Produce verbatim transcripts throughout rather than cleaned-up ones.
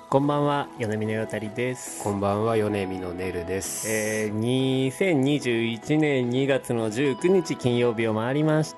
こんばんは、米見のよたりです。 こんばんは、米見のねるです。 えー、にせんにじゅういちねんにがつのじゅうくにち金曜日を回りました。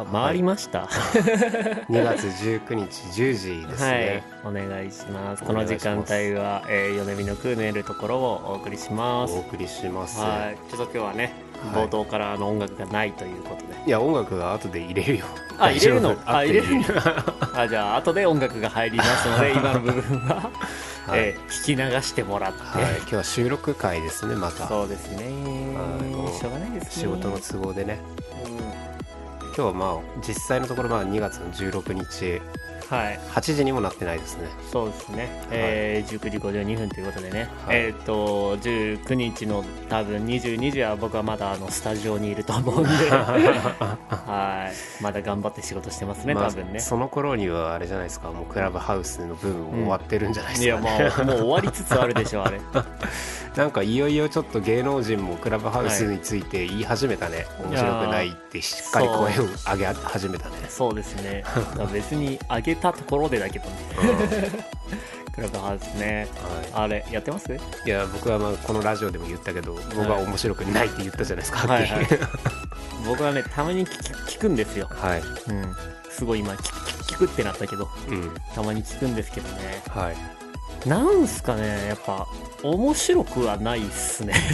回りました、 はい、にがつじゅうくにちじゅうじですね。 はい、お願いします。この時間帯は、えー、米見のクーネルところをお送りします。 お送りします。 はい、ちょっと今日はね、冒頭からあの音楽がないということで、 いや音楽が後で入れるよ。 あ、入れるのあ、入れるのあ、じゃあ後で音楽が入りますので今の部分ははい、えー、聞き流してもらって、はい、 今日は収録会ですね。またそうですね、はい、しょうがないですね、 仕事の都合でね、うん、今日はまあ実際のところまあにがつのじゅうろくにち、はい、はちじにもなってないですね。 そうですね、はい、えー、じゅうくじごじゅうにふんということでね、はい、えっ、ー、とじゅうくにちの多分にじゅうにじは僕はまだあのスタジオにいると思うんではい、まだ頑張って仕事してますね、まあ、多分ね。 その頃にはあれじゃないですか、もうクラブハウスの部分終わってるんじゃないですかね、 うん、いやもう、もう終わりつつあるでしょあれなんかいよいよちょっと芸能人もクラブハウスについて言い始めたね、はい、面白くないってしっかり声を上げ始めたね。 そうですね別に上げたところでだけどね、うん、クラブハウスね、はい、あれやってます？ いや僕はまあこのラジオでも言ったけど、僕は面白くないって言ったじゃないですか、はいはい、 僕はねたまに 聞, 聞くんですよ、はい、うん、すごい今 聞, 聞くってなったけど、うん、たまに聞くんですけどね、はい、なんすかね、やっぱ面白くはないっすね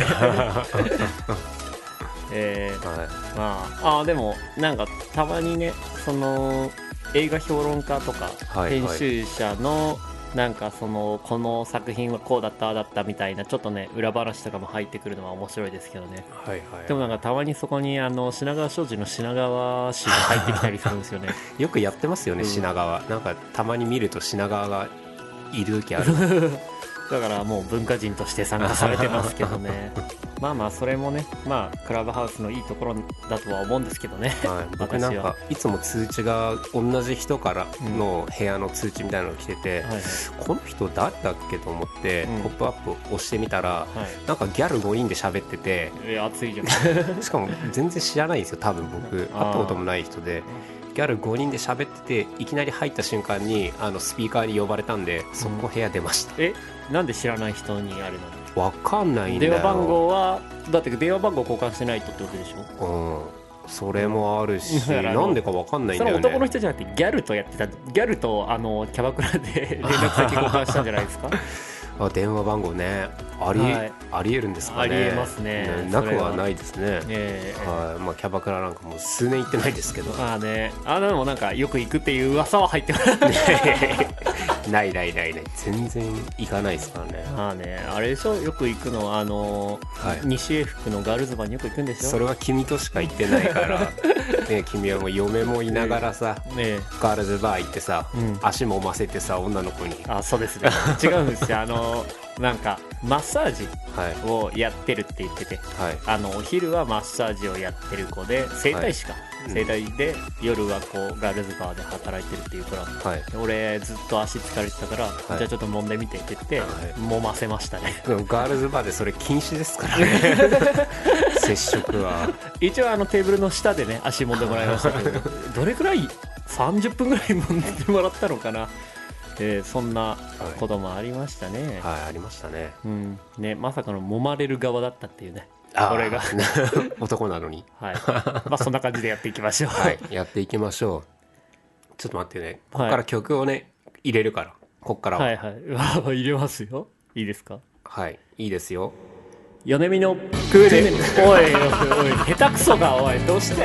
えーはい、まあ、あでもなんかたまにね、その映画評論家とか編集者のなんかそのこの作品はこうだったああだったみたいなちょっとね裏話とかも入ってくるのは面白いですけどね、はいはいはい、でもなんかたまにそこにあの品川庄司の品川氏が入ってきたりするんですよねよくやってますよね、うん、品川なんかたまに見ると品川がいる時あるだからもう文化人として参加されてますけどねまあまあそれもね、まあクラブハウスのいいところだとは思うんですけどね、 はい、僕なんかいつも通知が同じ人からの部屋の通知みたいなのが来てて、うんはいはい、この人誰だっけと思って、うん、ポップアップ押してみたら、はい、なんかギャルごにんで喋ってて、 えー、熱いじゃんしかも全然知らないんですよ多分僕会ったこともない人で、ギャルごにんで喋ってていきなり入った瞬間にあのスピーカーに呼ばれたんでそこ部屋出ました、 うん、えなんで知らない人にあれなの？ わかんないんだよ。 電話番号はだって電話番号交換してないとってことでしょ。 うん、それもあるし、うん、なんでかわかんないんだよね。 それ男の人じゃなくてギャルとやってた、ギャルとあのキャバクラで連絡先交換したんじゃないですかあ、電話番号ね、あり、はい、ありえるんですかね。 ありえますね。 なくはないですね、えーはい、まあ、キャバクラなんかもう数年行ってないですけど、 まあね、あでもなんかよく行くっていう噂は入ってますないないないない、全然行かないですからね。 まあね、あれでしょ、よく行くのあの、はい、西英福のガールズバーによく行くんでしょ。 それは君としか行ってないからね、君はもう嫁もいながらさ、ね、ガールズバー行ってさ、うん、足もませてさ女の子に。 あ、そうですね違うんですよ、あのなんかマッサージをやってるって言ってて、はい、あのお昼はマッサージをやってる子で整体師か、はい、整体で夜はこうガールズバーで働いてるっていうから、はい、俺ずっと足疲れてたから、はい、じゃあちょっと揉んでみてって言って、はい、揉ませましたね。 でもガールズバーでそれ禁止ですからね接触は。 一応あのテーブルの下でね足揉んでもらいましたけどどれくらいさんじゅっぷんぐらい揉んでもらったのかな。えー、そんなこともありましたね。 はい、はい、ありましたね。 うん、ね、まさかの揉まれる側だったっていうね。これが男なのに。 はい。まあそんな感じでやっていきましょう。 はい、やっていきましょう。ちょっと待ってね。ここから曲をね、はい、入れるから。ここからは。 はいはい。入れますよ。いいですか。 はい、いいですよ。 米見のクーネル。おいおいおい、下手くそがおい、どうして。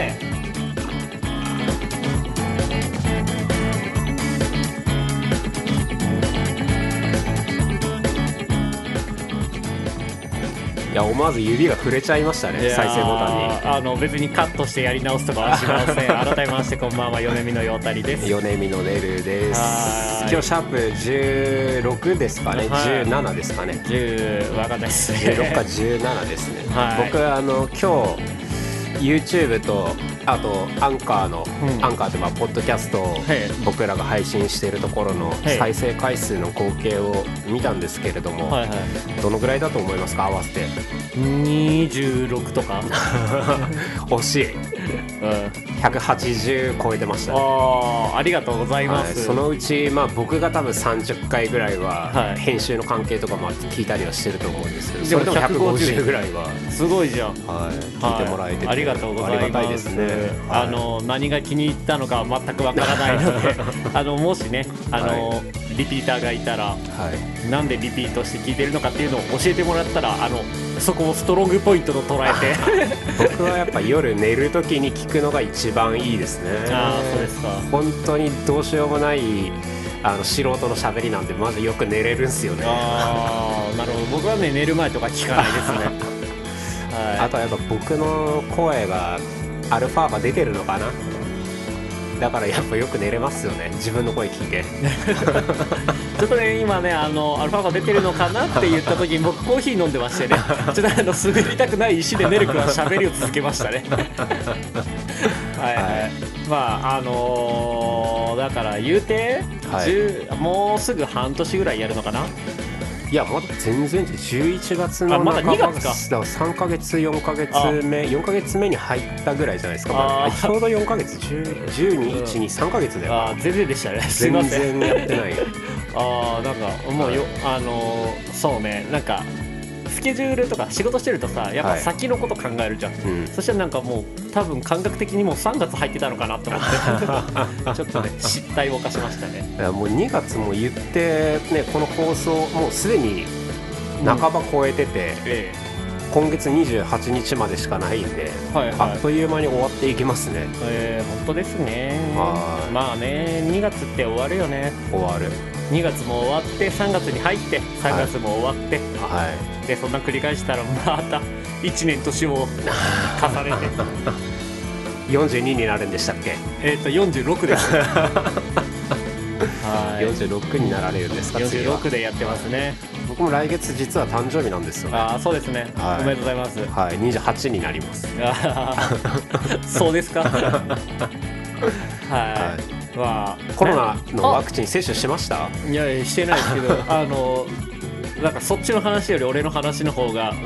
いや思わず指が触れちゃいましたね、再生ボタンに。 あの別にカットしてやり直すとかはしません改めましてこんばんは、米見のようたりです。 米見のねるです。今日シャープじゅうろくですかね、じゅうななですかね、 じゅうわかんないですね、 じゅうろくかじゅうななですね、はい、僕あの今日 YouTube とあとアンカーの、うん、アンカーってまあポッドキャストを僕らが配信しているところの再生回数の合計を見たんですけれども、はいはい、どのぐらいだと思いますか、合わせて。 にじゅうろくとか惜しいひゃくはちじゅう超えてましたね。 ああ、ありがとうございます、 はい、そのうち、まあ、僕が多分さんじゅっかいぐらいは編集の関係とかも聞いたりはしてると思うんですけど、それでもひゃくごじゅうぐらいはすごいじゃん、 はい、聞いてもらえてて、 はい、ありがとうございます。ありがたいですね、はい、あの何が気に入ったのかは全くわからないのであのもしねあの、はい、リピーターがいたら、はい、なんでリピートして聞いてるのかっていうのを教えてもらったら、あのそこをストロングポイントと捉えて僕はやっぱ夜寝る時に聞くのが一番いいですね。 ああ、そうですか。 本当にどうしようもないあの素人の喋りなんでマジよく寝れるんすよね。 ああ、なるほど。僕はね寝る前とか聞かないですねはい、あとはやっぱ僕の声がアルファ波出てるのかな。だからやっぱよく寝れますよね、自分の声聞いてちょっとね今ねあのアルファ波出てるのかなって言った時に僕コーヒー飲んでましてねちょっとあの滑りたくない石でネルクは喋りを続けましたねはい、はい、まああのー、だから言うて、はい、もうすぐ半年ぐらいやるのかな。 いやまだ全然じゅういちがつのまだにがつか。 だからさんかげつよんかげつめよんかげつめに入ったぐらいじゃないですか。まあ、ちょうどよんかげつじゅうに、いちにさんかげつだよ。 あ全然でしたね。すいません。全然やってないあなんかもうよ、はい、あのー、そうねなんかスケジュールとか仕事してるとさやっぱ先のこと考えるじゃん、はい、うん、そしたらなんかもう多分感覚的にもうさんがつ入ってたのかなと思ってちょっとね失態を犯しましたね。 いやもうにがつも言ってねこの放送もうすでに半ば超えてて、うんええ、今月にじゅうはちにちまでしかないんで、はいはい、あっという間に終わっていきますね。 えー、本当ですね。まあねにがつって終わるよね。 終わる。 にがつも終わってさんがつに入ってさんがつも終わって、はい、でそんな繰り返したらまたいちねん年を重ねてよんじゅうにになるんでしたっけ。 えっとよんじゅうろくですはいよんじゅうろくになられるんですか。 よんじゅうろくでやってますね。 僕も来月実は誕生日なんですよね。 あそうですね、はい、おめでとうございます。 はいにじゅうはちになりますそうですかはい、 はいまあ、コロナのワクチン接種しました？ いやいやしてないですけどあのなんかそっちの話より俺の話の方が、うん、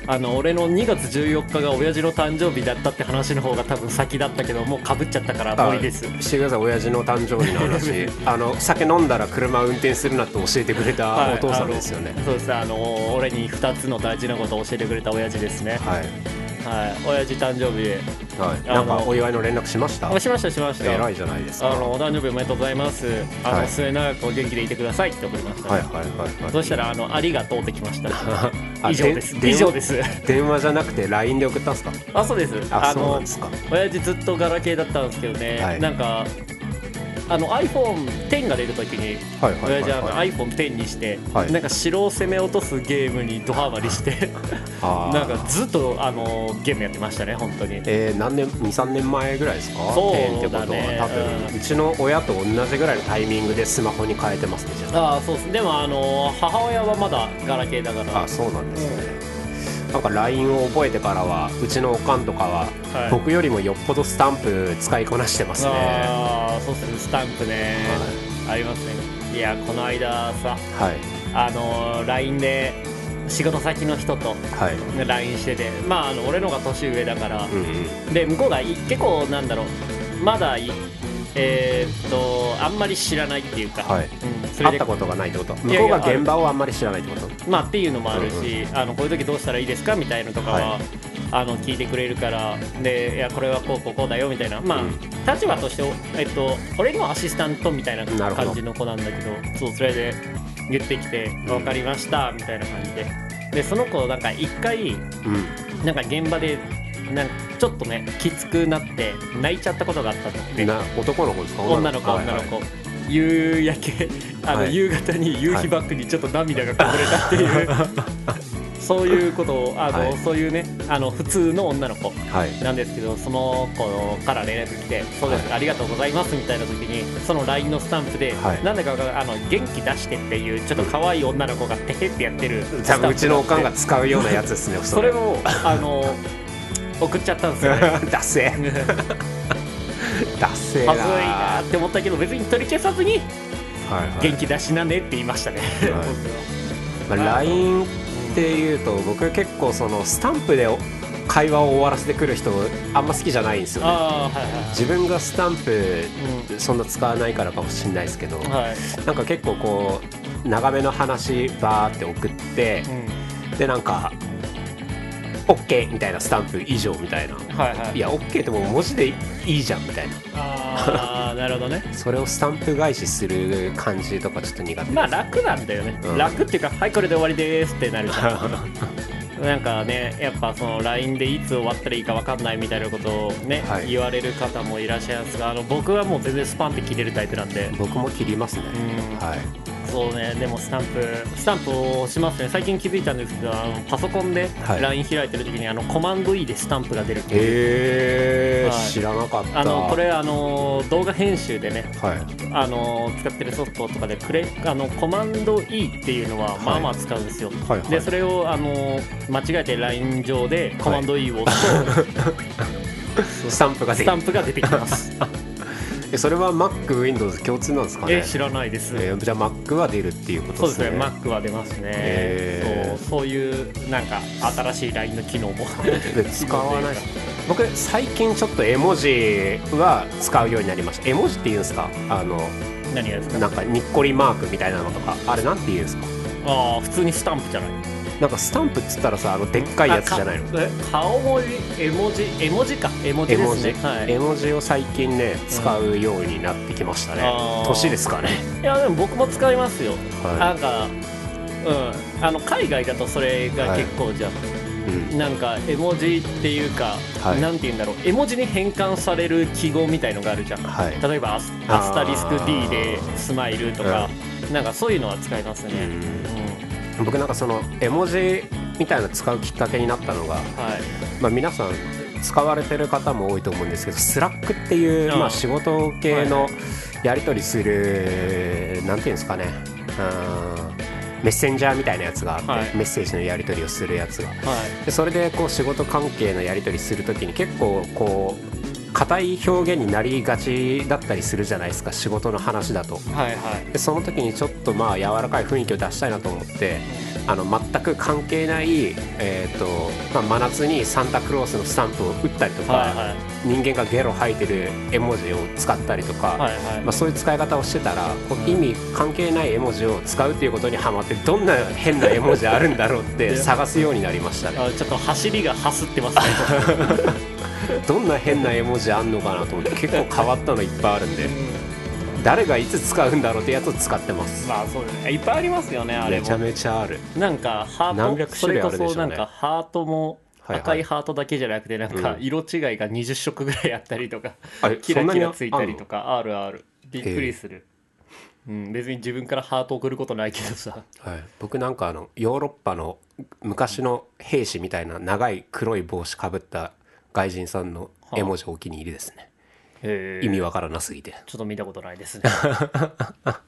あの俺のにがつじゅうよっかが親父の誕生日だったって話の方が多分先だったけどもうかぶっちゃったからもういいです。 してください。親父の誕生日の話あの酒飲んだら車運転するなって教えてくれたお父さんですよね。 はい、そうです。あの俺にふたつの大事なことを教えてくれた親父ですね。はいはい、親父誕生日で、 はい、なんかお祝いの連絡しました？ しましたしました。 偉いじゃないですか。 あのお誕生日おめでとうございます。あの、はい、末永くお元気でいてくださいって送りました、ね。はいはいはい、はい、そしたらあのありがとうってきました。以上です。以上です。 電話じゃなくて ライン で送ったんですか？ あそうです。あの親父ずっとガラケーだったんですけどね、はい、なんか。あの アイフォンテン が出るときに親父は アイフォンテン にして、はい、なんか城を攻め落とすゲームにドハマりしてなんかずっとあのゲームやってましたね本当に。 えー、何年 にさんねんまえぐらいですか？ そうだね。 ってことは多分、うん、うちの親と同じぐらいのタイミングでスマホに変えてますね。じゃああそうです。でもあの母親はまだガラケーだから。 あそうなんですね、うん、なんか ライン を覚えてからはうちのおかんとかは、はい、僕よりもよっぽどスタンプ使いこなしてますね。 ああそうですねスタンプね、はい、ありますね。いやこの間さ、はい、あの ライン で仕事先の人と ライン してて、まあ、あの俺のが年上だから、うんうん、で向こうが結構なんだろうまだえー、っとあんまり知らないっていうか、はいうん、それで会ったことがないってこと。向こうが現場をあんまり知らないってこと。 まあっていうのもあるし、うんうん、あのこういう時どうしたらいいですかみたいなのとかは、はい、あの聞いてくれるからでいやこれはこうこうこうだよみたいな、まあ、うん、立場として、えっと、俺のアシスタントみたいな感じの子なんだけどそうそれで言ってきて分かりましたみたいな感じででその子なんか一回、うん、なんか現場でなんかちょっとねきつくなって泣いちゃったことがあったので。 な男の子ですか？ 女の子女の子、はいはい、夕焼けあの、はい、夕方に夕日バックにちょっと涙がこぼれたっていう、はい、そういうことをあの、はい、そういうねあの普通の女の子なんですけど、はい、その子から連絡来てそうです、はい、ありがとうございますみたいな時にその ライン のスタンプで、はい、なんだかあの元気出してっていうちょっと可愛い女の子がテヘってやってる多分うちのおかんが使うようなやつですねそれをあの送っちゃったんですよねダセダセーなはずいなって思ったけど別に取り消さずに、はいはい、元気出しなねって言いましたね、はいまあ、ライン っていうと僕結構そのスタンプで会話を終わらせてくる人あんま好きじゃないんですよね。 あ、はいはい、 自分がスタンプそんな使わないからかもしれないですけど、うん、なんか結構こう長めの話バーって送って、うん、でなんか OK みたいなスタンプ以上みたいな、はいはい、いや OK ってもう文字でいいじゃんみたいな。 あなるほどね。 それをスタンプ返しする感じとかちょっと苦手です。 まあ楽なんだよね、うん、楽っていうかはいこれで終わりですってなるじゃんなんかねやっぱその ライン でいつ終わったらいいか分かんないみたいなことをね、はい、言われる方もいらっしゃいますが、あの僕はもう全然スパンって切れるタイプなんで。 僕も切りますね、うん、はい。 そうね、でもスタンプスタンプをしますね。最近気づいたんですけど、あのパソコンで ライン 開いてる時に、はい、あのコマンド E でスタンプが出るっていう。 へー、はい、知らなかった。 あのこれあの動画編集でね、はい、あの使ってるソフトとかでプレあのコマンド E っていうのはまあまあ使うんですよ、はいはいはい、でそれをあの間違えて ライン 上でコマンド E を押すと、はい、 スタンプが出スタンプが出てきますえそれは Mac、Windows 共通なんですかね。 え知らないです、 えー、じゃあ Mac は出るっていうことですね。 そうですね、Mac は出ますね、えー、そうそういうなんか新しい ライン の機能も使わない僕最近ちょっと絵文字は使うようになりました。絵文字っていうんですか、あの何がですか、 なんかにっこりマークみたいなのとか、あれなんて言うんですか。 ああ普通にスタンプじゃない。 なんかスタンプっつったらさ、あのでっかいやつじゃないの。 え顔文字、絵文字、絵文字か、絵文字ですね。絵文字、はい、 絵文字を最近ね使うようになってきましたね、うん、年ですかね。 いやでも僕も使いますよ、はい、なんか、うん、あの海外だとそれが結構じゃん、はいうん、なんか絵文字っていうか、はい、なんて言うんだろう、絵文字に変換される記号みたいのがあるじゃん、はい、例えばアス、アスタリスク D でスマイルとか、うん、なんかそういうのは使いますね、うん僕なんかその絵文字みたいなの使うきっかけになったのが、はいまあ、皆さん使われてる方も多いと思うんですけど、スラックっていう、まあ、仕事系のやり取りする、なんていうんですかね、うんメッセンジャーみたいなやつがあって、はい、メッセージのやり取りをするやつが、はい、でそれでこう仕事関係のやり取りするときに結構こう硬い表現になりがちだったりするじゃないですか、仕事の話だと、はいはい、でその時にちょっとまあ柔らかい雰囲気を出したいなと思って、あの全く関係ない、えーとまあ、真夏にサンタクロースのスタンプを打ったりとか、はいはい、人間がゲロ吐いてる絵文字を使ったりとか、はいはいまあ、そういう使い方をしてたら、こう意味関係ない絵文字を使うっていうことにハマって、どんな変な絵文字あるんだろうって探すようになりましたね。 あちょっと走りが走ってますねどんな変な絵文字あんのかなと思って、結構変わったのいっぱいあるんで誰がいつ使うんだろうってやつを使ってます。 まあそうですね、いっぱいありますよね、あれもめちゃめちゃある。 なんかハート、何百種類あるでしょうね。それこそなんかハートも赤いハートだけじゃなくて、なんか色違いがにじゅっしょくぐらいあったりとか、うん、キラキラついたりとかあるある、びっくりする、うん、別に自分からハート送ることないけどさ、 はい、僕なんかあのヨーロッパの昔の兵士みたいな長い黒い帽子かぶった外人さんの絵文字お気に入りですね。へ意味わからなすぎてちょっと見たことないですね、はい、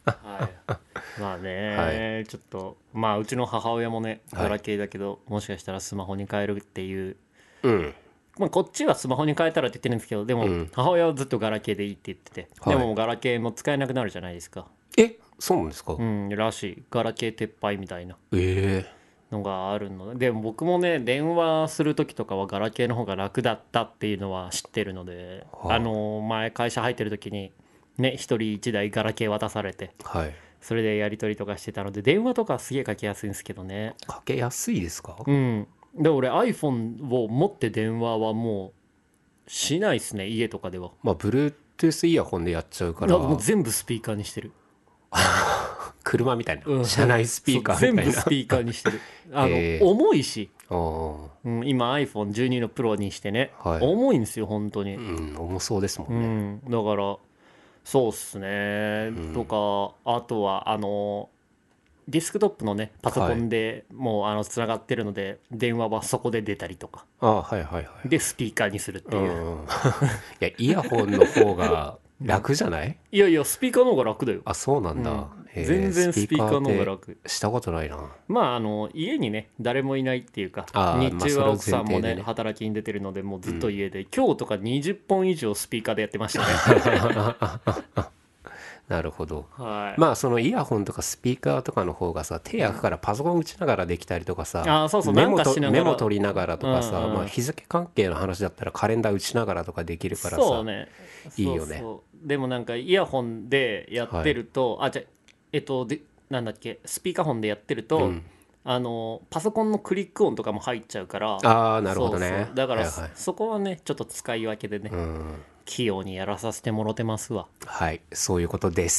まあね、はい、ちょっとまあうちの母親もねガラケーだけど、はい、もしかしたらスマホに変えるっていう、うんまあ、こっちはスマホに変えたらって言ってるんですけど、でも母親はずっとガラケーでいいって言ってて、うん、でもガラケーも使えなくなるじゃないですか。 えそうなんですか。 うんらしい、ガラケー撤廃みたいなええーのがあるので、も僕もね電話する時とかはガラケーの方が楽だったっていうのは知ってるので、はあ、あの前会社入ってる時にね一人一台ガラケー渡されて、はい、それでやり取りとかしてたので、電話とかすげえかけやすいんですけどね。 かけやすいですか。 うんで俺 iPhone を持って電話はもうしないですね、家とかでは。 まあ Bluetooth イヤホンでやっちゃうから、 もう全部スピーカーにしてる車みたいな、うん、車内スピーカーみたいな、 全部スピーカーにしてるあの、えー、重いし、うん、今 アイフォンじゅうに のプロにしてね、はい、重いんですよ本当に、 うん、重そうですもんね、 うん、だからそうっすね、うん、とかあとはあのディスクトップのねパソコンでもうあのつながってるので、はい、電話はそこで出たりとか、 あ、はいはいはい、 でスピーカーにするっていう、うん、いやイヤホンの方が楽じゃない？ いやいやスピーカーの方が楽だよ。 あ、そうなんだ、うん、 全然スピーカーの方が楽。 したことないな。 まああの家にね誰もいないっていうか、日中は奥さんもね、ね働きに出てるのでもうずっと家で、うん、今日とかにじゅっぽん以上スピーカーでやってましたねなるほど、 はい、 まあそのイヤホンとかスピーカーとかの方がさ手焼くからパソコン打ちながらできたりとかさ、 あそうそうメモとメモ取りながらとかさ、 うんうん、 まあ、日付関係の話だったらカレンダー打ちながらとかできるからさ、 そうね、 いいよね。 そうそうでもなんかイヤホンでやってると、はい、あじゃえっとでなんだっけスピーカーフォンでやってると、うん、あのパソコンのクリック音とかも入っちゃうから、 ああなるほどね、 そうそうだから、はいはい、そこはねちょっと使い分けでね、うん、器用にやらさせてもろてますわ。 はい、そういうことです。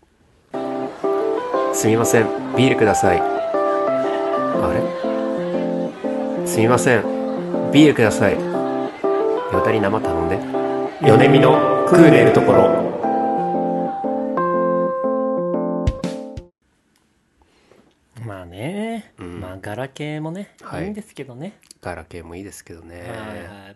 すみません、ビールください。あれ、すみません、ビールください。よたり生頼んで。米見のクーレるところ。 まあね、うん、まあガラケーもね、はい、いいんですけどね。 ガラケーもいいですけどね。はいはい、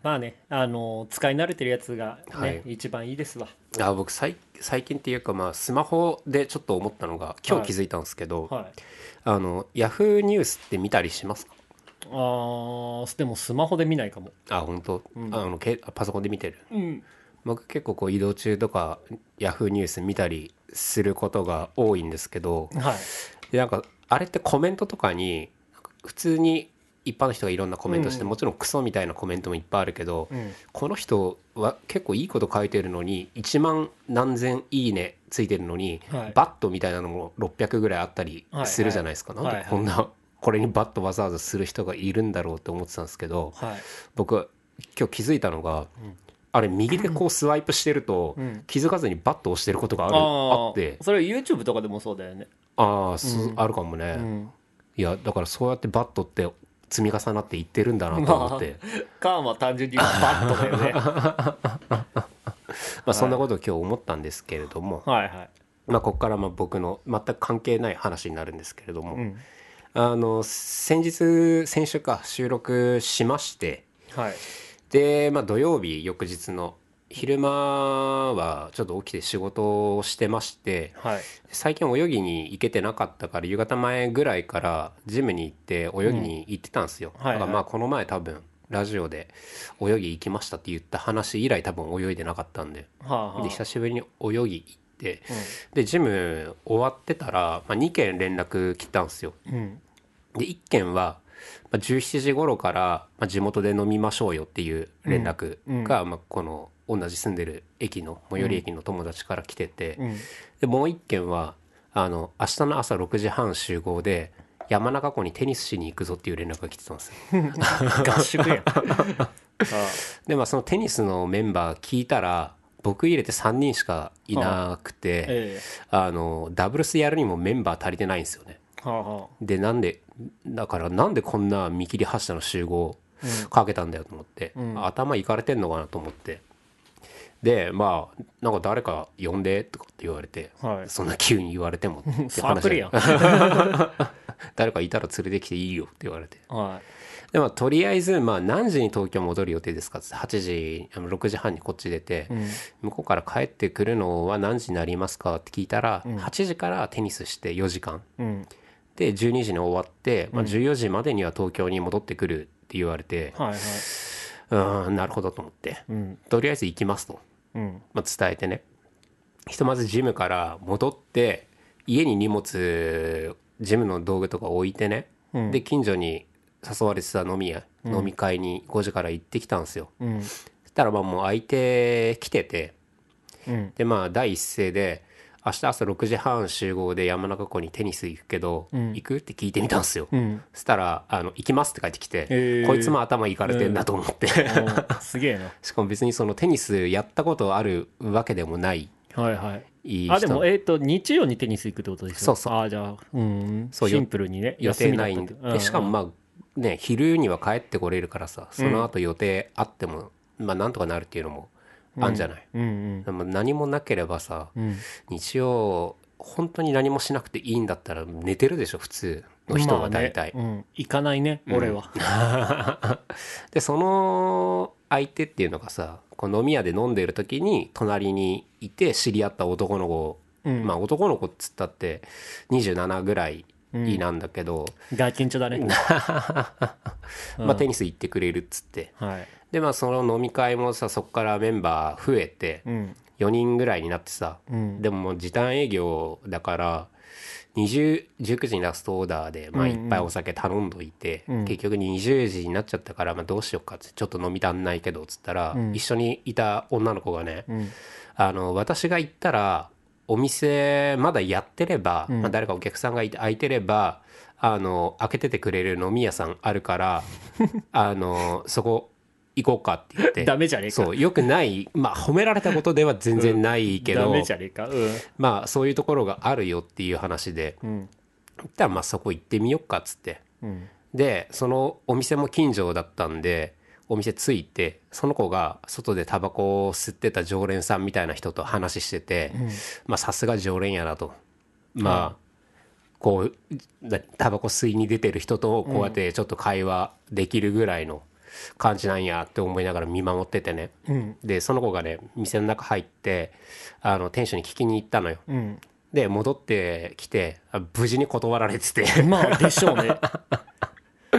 まあね、あの使い慣れてるやつがね、はい、一番いいですわ。 あ僕最最近っていうか、まあスマホでちょっと思ったのが今日気づいたんですけど、はいはい、あのヤフーニュースって見たりしますか？ あでもスマホで見ないかも。 あ本当、うん、あのパソコンで見てる。 うん、 僕結構こう移動中とかヤフーニュース見たりすることが多いんですけど、はい、でなんかあれってコメントとかに普通に一般の人がいろんなコメントして、うん、もちろんクソみたいなコメントもいっぱいあるけど、うん、この人は結構いいこと書いてるのにいちまん何千いいねついてるのに、はい、バットみたいなのもろっぴゃくぐらいあったりするじゃないですか、はいはい、なんでこんな、はいはい、これにバットわざわざする人がいるんだろうって思ってたんですけど、はい、僕今日気づいたのが、うん、あれ右でこうスワイプしてると、うん、気づかずにバット押してることがある、あ, あってそれ YouTube とかでもそうだよね。 あ, あ、うん、あるかもね、うん、いやだからそうやってバットって積み重なっていってるんだなと思って、 まあ、カーンは単純にバットだよねまあそんなことを今日思ったんですけれども、はいはい、まあここからまあ僕の全く関係ない話になるんですけれども、うん、あの先日先週か収録しまして、はい、で、まあ、土曜日翌日の昼間はちょっと起きて仕事をしてまして、はい、最近泳ぎに行けてなかったから夕方前ぐらいからジムに行って泳ぎに行ってたんですよ、うんはいはい、だからまあこの前多分ラジオで泳ぎ行きましたって言った話以来多分泳いでなかったんで、はあはあ、で久しぶりに泳ぎ行って、うん、でジム終わってたら、まあ、にけん連絡来たんですよ、うん、でいっけんはじゅうしちじ頃から地元で飲みましょうよっていう連絡が、まあこの同じ住んでる駅の最寄り駅の友達から来てて、でもう一件はあの明日の朝ろくじはん集合で山中湖にテニスしに行くぞっていう連絡が来てたんですよ合宿やでまあそのテニスのメンバー聞いたら僕入れてさんにんしかいなくて、ええ、あのダブルスやるにもメンバー足りてないんですよね。はあはあ、でなんでだからなんでこんな見切り発車の集合かけたんだよと思って、うん、頭いかれてんのかなと思って、でまあなんか誰か呼んでとかって言われて、はい、そんな急に言われてもって話で誰かいたら連れてきていいよって言われて、はい、でまあとりあえずまあ何時に東京戻る予定ですかってはちじろくじはんにこっち出て、うん、向こうから帰ってくるのは何時になりますかって聞いたら、うん、はちじからテニスしてよじかん、うんでじゅうにじに終わって、まあ、じゅうよじまでには東京に戻ってくるって言われて、うんはいはい、うんなるほどと思って、うん、とりあえず行きますと、うんまあ、伝えてね、ひとまずジムから戻って家に荷物ジムの道具とか置いてね、うん、で近所に誘われてた飲み屋、うん、飲み会にごじから行ってきたんですよ、うん、そしたらまあもう相手来てて、うん、でまあ第一声で明日朝ろくじはん集合で山中湖にテニス行くけど、うん、行くって聞いてみたんですよ、うん、そしたらあの行きますって帰ってきて、えー、こいつも頭いかれてんだと思って、えー、すげえなしかも別にそのテニスやったことあるわけでもないはいはいいい人あでもえっ、ー、と日曜にテニス行くってことですよ。 そうそうあじゃあうんそうシンプルにね予定ないんで、でしかもまあね昼には帰ってこれるからさその後予定あっても、うん、まあなんとかなるっていうのもあんじゃない、うんうんうん、でも何もなければさ、うん、日曜本当に何もしなくていいんだったら寝てるでしょ普通の人は大体、 まあねうん、行かないね、うん、俺はでその相手っていうのがさこう飲み屋で飲んでる時に隣にいて知り合った男の子、うん、まあ男の子っつったってにじゅうななぐらいなんだけど、 うん、ガキンチョだねまあテニス行ってくれるっつって、はい、でまあその飲み会もさそこからメンバー増えて、うん、 よにんぐらいになってさ、うん、でももう時短営業だからにじゅう、じゅうくじにラストオーダーで、まあ、いっぱいお酒頼んどいて、うんうん、結局にじゅうじになっちゃったから、まあ、どうしようかってちょっと飲み足んないけどっつったら、うん、一緒にいた女の子がね、うん、あの私が行ったらお店まだやってれば、うんまあ、誰かお客さんがいて空いてればあの開けててくれる飲み屋さんあるからあのそこ行こうかって言ってダメじゃねえかそうよくないまあ褒められたことでは全然ないけど、うん、 ダメじゃねえか、うん、 まあそういうところがあるよっていう話で、うん、言ったらまあそこ行ってみよっかっつって、うん、でそのお店も近所だったんでお店着いてその子が外でタバコを吸ってた常連さんみたいな人と話してて、うん、まあさすが常連やなとまあ、こうタバコ吸いに出てる人とこうやってちょっと会話できるぐらいの感じなんやって思いながら見守っててね、うん、でその子がね店の中入ってあの店主に聞きに行ったのよ、うん、で戻ってきて無事に断られててまあでしょうねうん、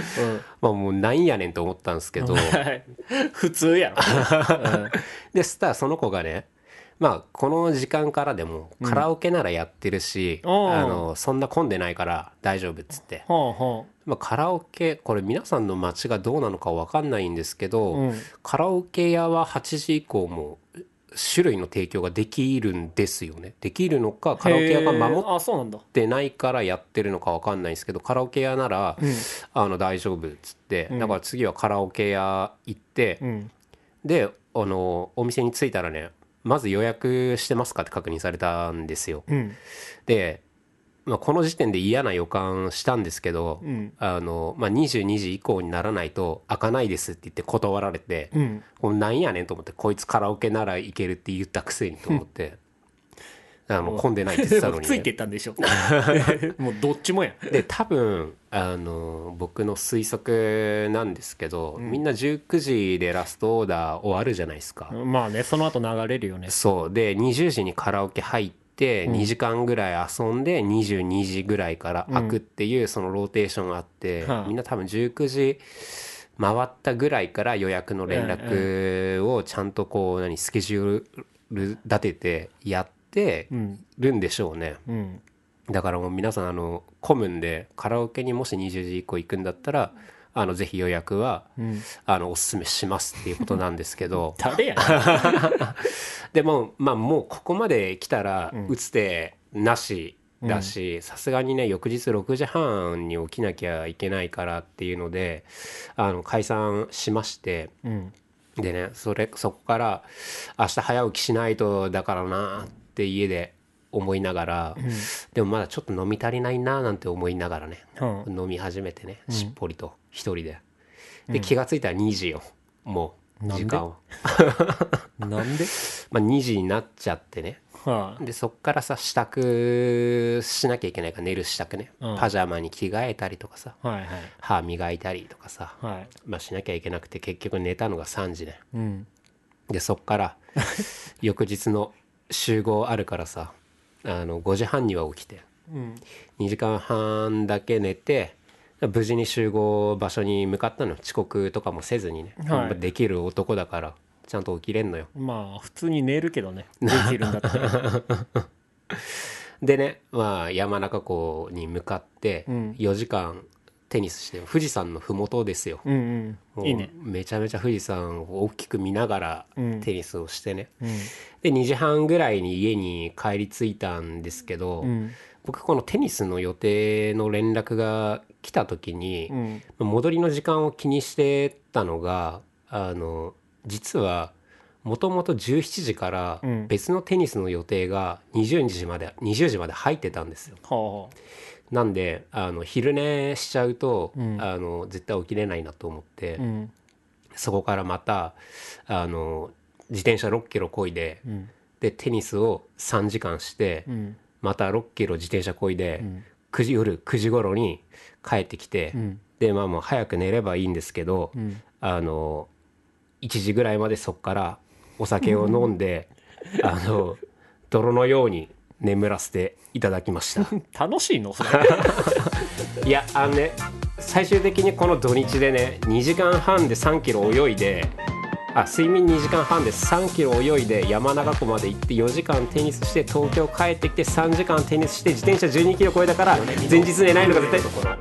まあもうなんやねんと思ったんですけど普通やろ、 うん、でそしたらその子がねまあこの時間からでもカラオケならやってるし、うん、あのそんな混んでないから大丈夫っつって、うんまあ、カラオケこれ皆さんの街がどうなのか分かんないんですけど、うん、カラオケ屋ははちじ以降も種類の提供ができるんですよね。できるのかカラオケ屋が守ってないからやってるのか分かんないんですけどカラオケ屋なら、うん、あの大丈夫っつって、うん、だから次はカラオケ屋行って、うん、であのお店に着いたらねまず予約してますかって確認されたんですよ、うん、で、まあ、この時点で嫌な予感したんですけど、うん、あのまあ、にじゅうにじ以降にならないと開かないですって言って断られて、うん、これなんやねんと思ってこいつカラオケなら行けるって言ったくせにと思って、うん、あの混んでないって言ってたのに、ね、 ついてったんでしょもうどっちもやで多分あの僕の推測なんですけど、うん、みんなじゅうくじでラストオーダー終わるじゃないですか。 まあねその後流れるよね。 そうでにじゅうじにカラオケ入ってにじかんぐらい遊んでにじゅうにじぐらいから開くっていうそのローテーションがあって、うん、みんな多分じゅうくじ回ったぐらいから予約の連絡をちゃんとこう何スケジュール立ててやってるんでしょうね、うんうんだからもう皆さんあの混むんでカラオケにもしにじゅうじ以降行くんだったらあのぜひ予約は、うん、あのおすすめしますっていうことなんですけど誰やでもまあもうここまで来たら打つ手なしだしさすがにね翌日ろくじはんに起きなきゃいけないからっていうのであの解散しまして、うん、でねそれそこから明日早起きしないとだからなって家で思いながら、うん、でもまだちょっと飲み足りないななんて思いながらね、うん、飲み始めてねしっぽりと一人で、うん、で気がついたらにじよもう時間をなんでまあにじになっちゃってね、はあ、でそっからさ支度しなきゃいけないから寝る支度ね、うん、パジャマに着替えたりとかさ、はいはい、歯磨いたりとかさ、はいまあ、しなきゃいけなくて結局寝たのがさんじね、うん、でそっから翌日の集合あるからさあのごじはんには起きて、うん、にじかんはんだけ寝て無事に集合場所に向かったの。遅刻とかもせずにね、はい、できる男だからちゃんと起きれんのよ。 まあ普通に寝るけどねできるんだったらでね、まあ、山中湖に向かってよじかんテニスして富士山の麓ですよ、うんうん、もういいね、めちゃめちゃ富士山を大きく見ながらテニスをしてね、うん、でにじはんぐらいに家に帰り着いたんですけど、うん、僕このテニスの予定の連絡が来た時に、うん、戻りの時間を気にしてたのがあの実はもともとじゅうしちじから別のテニスの予定がにじゅうじまで、にじゅうじまで入ってたんですよ、はあ、なんであの昼寝しちゃうと、うん、あの絶対起きれないなと思って、うん、そこからまたあの自転車ろっキロ漕いで、うん、でテニスをさんじかんして、うん、またろっキロ自転車漕いで、うん、くじ夜くじ頃に帰ってきて、うん、でまあもう早く寝ればいいんですけど、うん、あのいちじぐらいまでそこからお酒を飲んであの泥のように眠らせていただきました楽しいのそれいやあのね最終的にこの土日でねにじかんはんでさんキロ泳いであ睡眠にじかんはんです。さんキロ泳いで山中湖まで行ってよじかんテニスして東京帰ってきてさんじかんテニスして自転車じゅうにキロ超えたから前日寝ないのが絶対。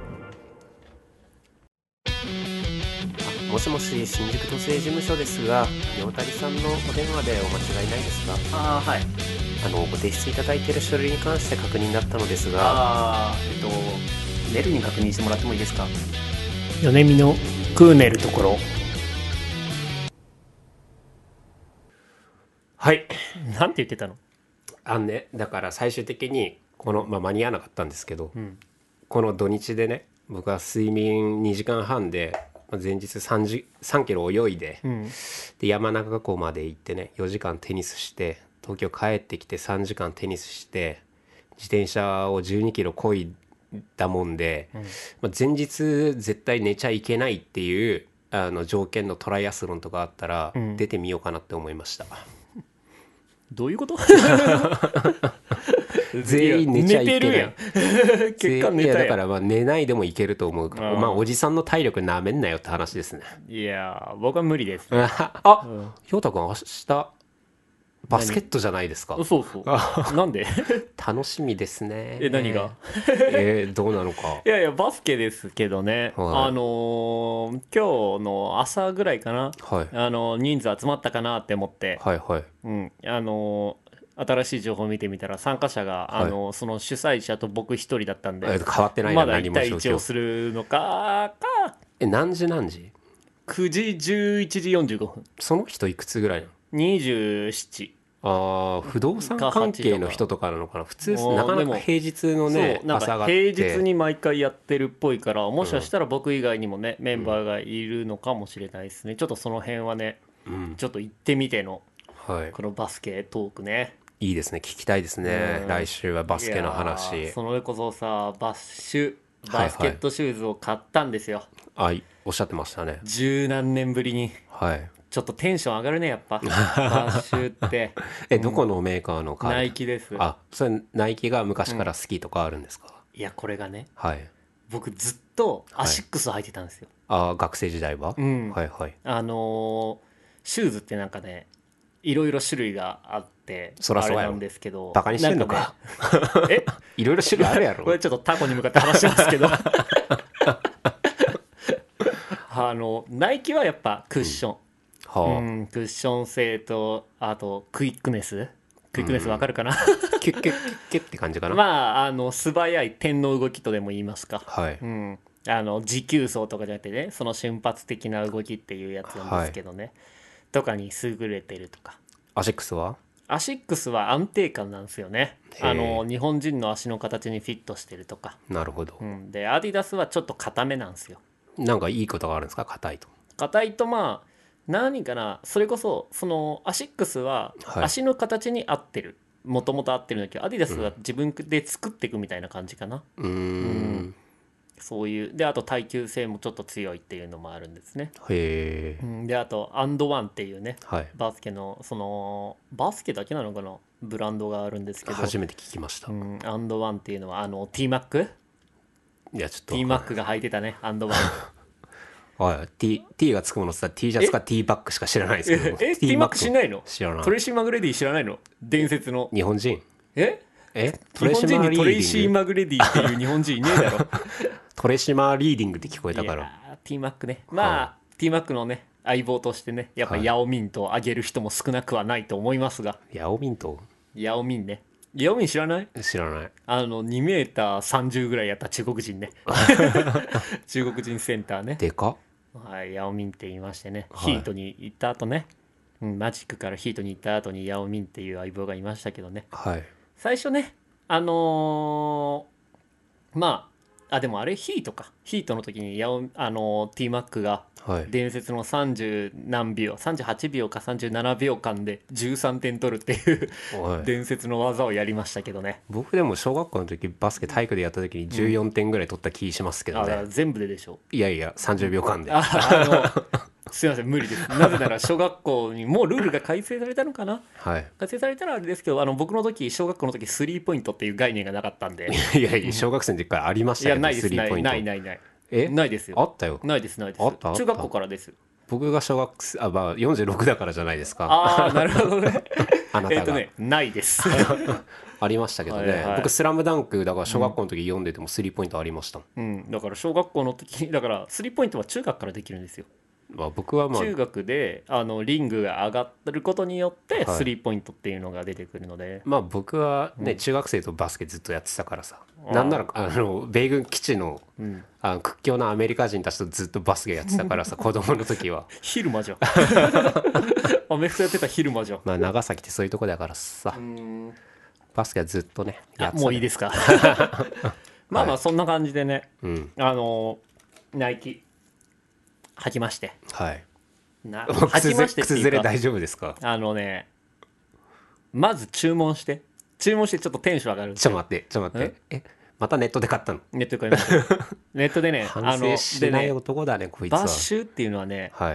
もしもし新宿都政事務所ですが、陽谷さんのお電話でお間違いないですか？ ああはい。 あのご提出いただいている書類に関して確認になったのですが、 ああえっとネルに確認してもらってもいいですか？米見のクーネルところ。 はい。 なんて言ってたの？ あんね、だから最終的にこの、まあ、間に合わなかったんですけど、 うん、 この土日でね、僕は睡眠にじかんはんで前日さんキロ泳いで、うん、で山中湖まで行ってねよじかんテニスして東京帰ってきてさんじかんテニスして自転車をじゅうにキロ漕いだもんで、うんまあ、前日絶対寝ちゃいけないっていうあの条件のトライアスロンとかあったら、うん、出てみようかなって思いました。 どういうこと全員寝ちゃいけない。 寝てるやん結果寝たやん。いやだからまあ寝ないでもいけると思うから、まあおじさんの体力なめんなよって話ですね。 いや僕は無理です、 ね、あ、うん、ひょうたくん明日バスケットじゃないですか。 そうそうなんで楽しみですね。 え何がえー、どうなのか。 いやいやバスケですけどね、はい、あのー、今日の朝ぐらいかな、はい、あの人数集まったかなって思って、 はいはい、 うん、あのー、新しい情報を見てみたら参加者が、はい、あのその主催者と僕一人だったんで、 変わってないな。 まだいちたいいちをするのかか。 え何時何時？ くじじゅういちじよんじゅうごふん。 その人いくつぐらいなの？ にじゅうなな。 あ不動産関係の人とかなのかな。普通なかなか平日のね朝が平日に毎回やってるっぽいから、もしかしたら僕以外にもね、うん、メンバーがいるのかもしれないですね。ちょっとその辺はね、うん、ちょっと行ってみての、はい、このバスケトークね。 いいですね、聞きたいですね、うん、来週はバスケの話。 それこそさバスシュバスケットシューズを買ったんですよ。 はいはい、おっしゃってましたね。 十何年ぶりに。はいちょっとテンション上がるねやっぱバッシュってえ、うん、どこのメーカーのカー？ ナイキです。 あ、それナイキが昔から好きとかあるんですか？ うん、いやこれがね、 はい、 僕ずっとアシックス履いてたんですよ、 はい、あ学生時代は、 うん、 はいはい。 あのー、シューズってなんかねいろいろ種類があってそらそうやろ、 あれなんですけどバカにしてんのか、 ね、えいろいろ種類あるやろこれちょっとタコに向かって話してますけどあのナイキはやっぱクッション、うんはあうん、クッション性とあとクイックネスクイックネスわかるかな、 うん、キュッキュッキュッって感じかな。 まああの素早い点の動きとでも言いますか、 はいうん、あの持久走とかじゃなくてねその瞬発的な動きっていうやつなんですけどね、はい、とかに優れてるとか。 アシックスはアシックスは安定感なんですよね。あの日本人の足の形にフィットしてるとか。 なるほど、 うん、でアディダスはちょっと硬めなんですよ。 なんかいいことがあるんですか？硬いと硬いとまあ何かなそれこそそのアシックスは足の形に合ってる、もともと合ってるんだけどアディダスは自分で作っていくみたいな感じかな。 うーん、うんそういうであと耐久性もちょっと強いっていうのもあるんですね。 へえ、 うん、であとアンドワンっていうね、 はい、 バスケのそのバスケだけなのかなブランドがあるんですけど初めて聞きました、 うん、アンドワンっていうのはあの T マックいやちょっと T マックが履いてたねアンドワンはい、T, T がつくものって言ったら T シャツか T バックしか知らないですけど。 え T マック知らないの？ 知らない。 トレイシー・マグレディ知らないの？伝説の日本人。 ええ日本人にトレイシー・マグレディっていう日本人いねえだろトレシマーリーディングって聞こえたから。いや T マックね、まあ、はい、T マックのね相棒としてねやっぱヤオミンと挙げる人も少なくはないと思いますが、 ヤオミンとヤオミンねヤオミン知らない？ 知らない。 あのにメーターさんじゅうぐらいやった中国人ね中国人センターね。 でかっ。 はい、ヤオミンって言いましてね、 はい、 ヒートに行った後ね、うん、マジックからヒートに行った後にヤオミンっていう相棒がいましたけどね、 はい、 最初ねあのー、まああでもあれヒートかヒートの時にヤオ、あのー、T マックが伝説のさんじゅう何秒さんじゅうはちびょうかさんじゅうななびょうかんでじゅうさんてん取るっていう伝説の技をやりましたけどね。 僕でも小学校の時バスケ体育でやった時にじゅうよんてんぐらい取った気しますけどね、 うん、あ全部ででしょ。 いやいやさんじゅうびょうかんで、 ああのすいません無理です。なぜなら小学校にもうルールが改正されたのかな、 はい、 改正されたらあれですけどあの僕の時小学校の時スリーポイントっていう概念がなかったんでいやいや小学生の時からありましたけど、 いやないですスリーポイントないないないないえないですよ。 あったよ。 ないですないです。 あったあった中学校からです。 僕が小学生、あ、まあ、よんじゅうろくだからじゃないですか。 ああなるほどねあなたがえっとねないですありましたけどね、はいはい、僕スラムダンクだから小学校の時読んでてもスリーポイントありました、 うん、うん、だから小学校の時だからスリーポイントは中学からできるんですよ。 まあ、僕はまあ中学であのリングが上がってることによってスリーポイントっていうのが出てくるので、はい、 まあ僕はね、うん、中学生とバスケずっとやってたからさ、なんならあの米軍基地の、うん、あの屈強なアメリカ人たちとずっとバスケやってたからさ子供の時は昼間じゃんアメフトやってた昼間じゃん。 まあ長崎ってそういうとこだからさ、うん、バスケはずっとねやってた、ね、もういいですかまあまあそんな感じでね、はい、あのナイキ履きまして、 はい、 な履きましてっていうか、 靴ずれ大丈夫ですか？ あのねまず注文して注文してちょっとテンション上がるんですよ。 ちょっと待ってちょっと待ってえまたネットで買ったの？ ネットで買いましたネットでね反省しない男だね、こいつは。 バッシュっていうのはね、 はい、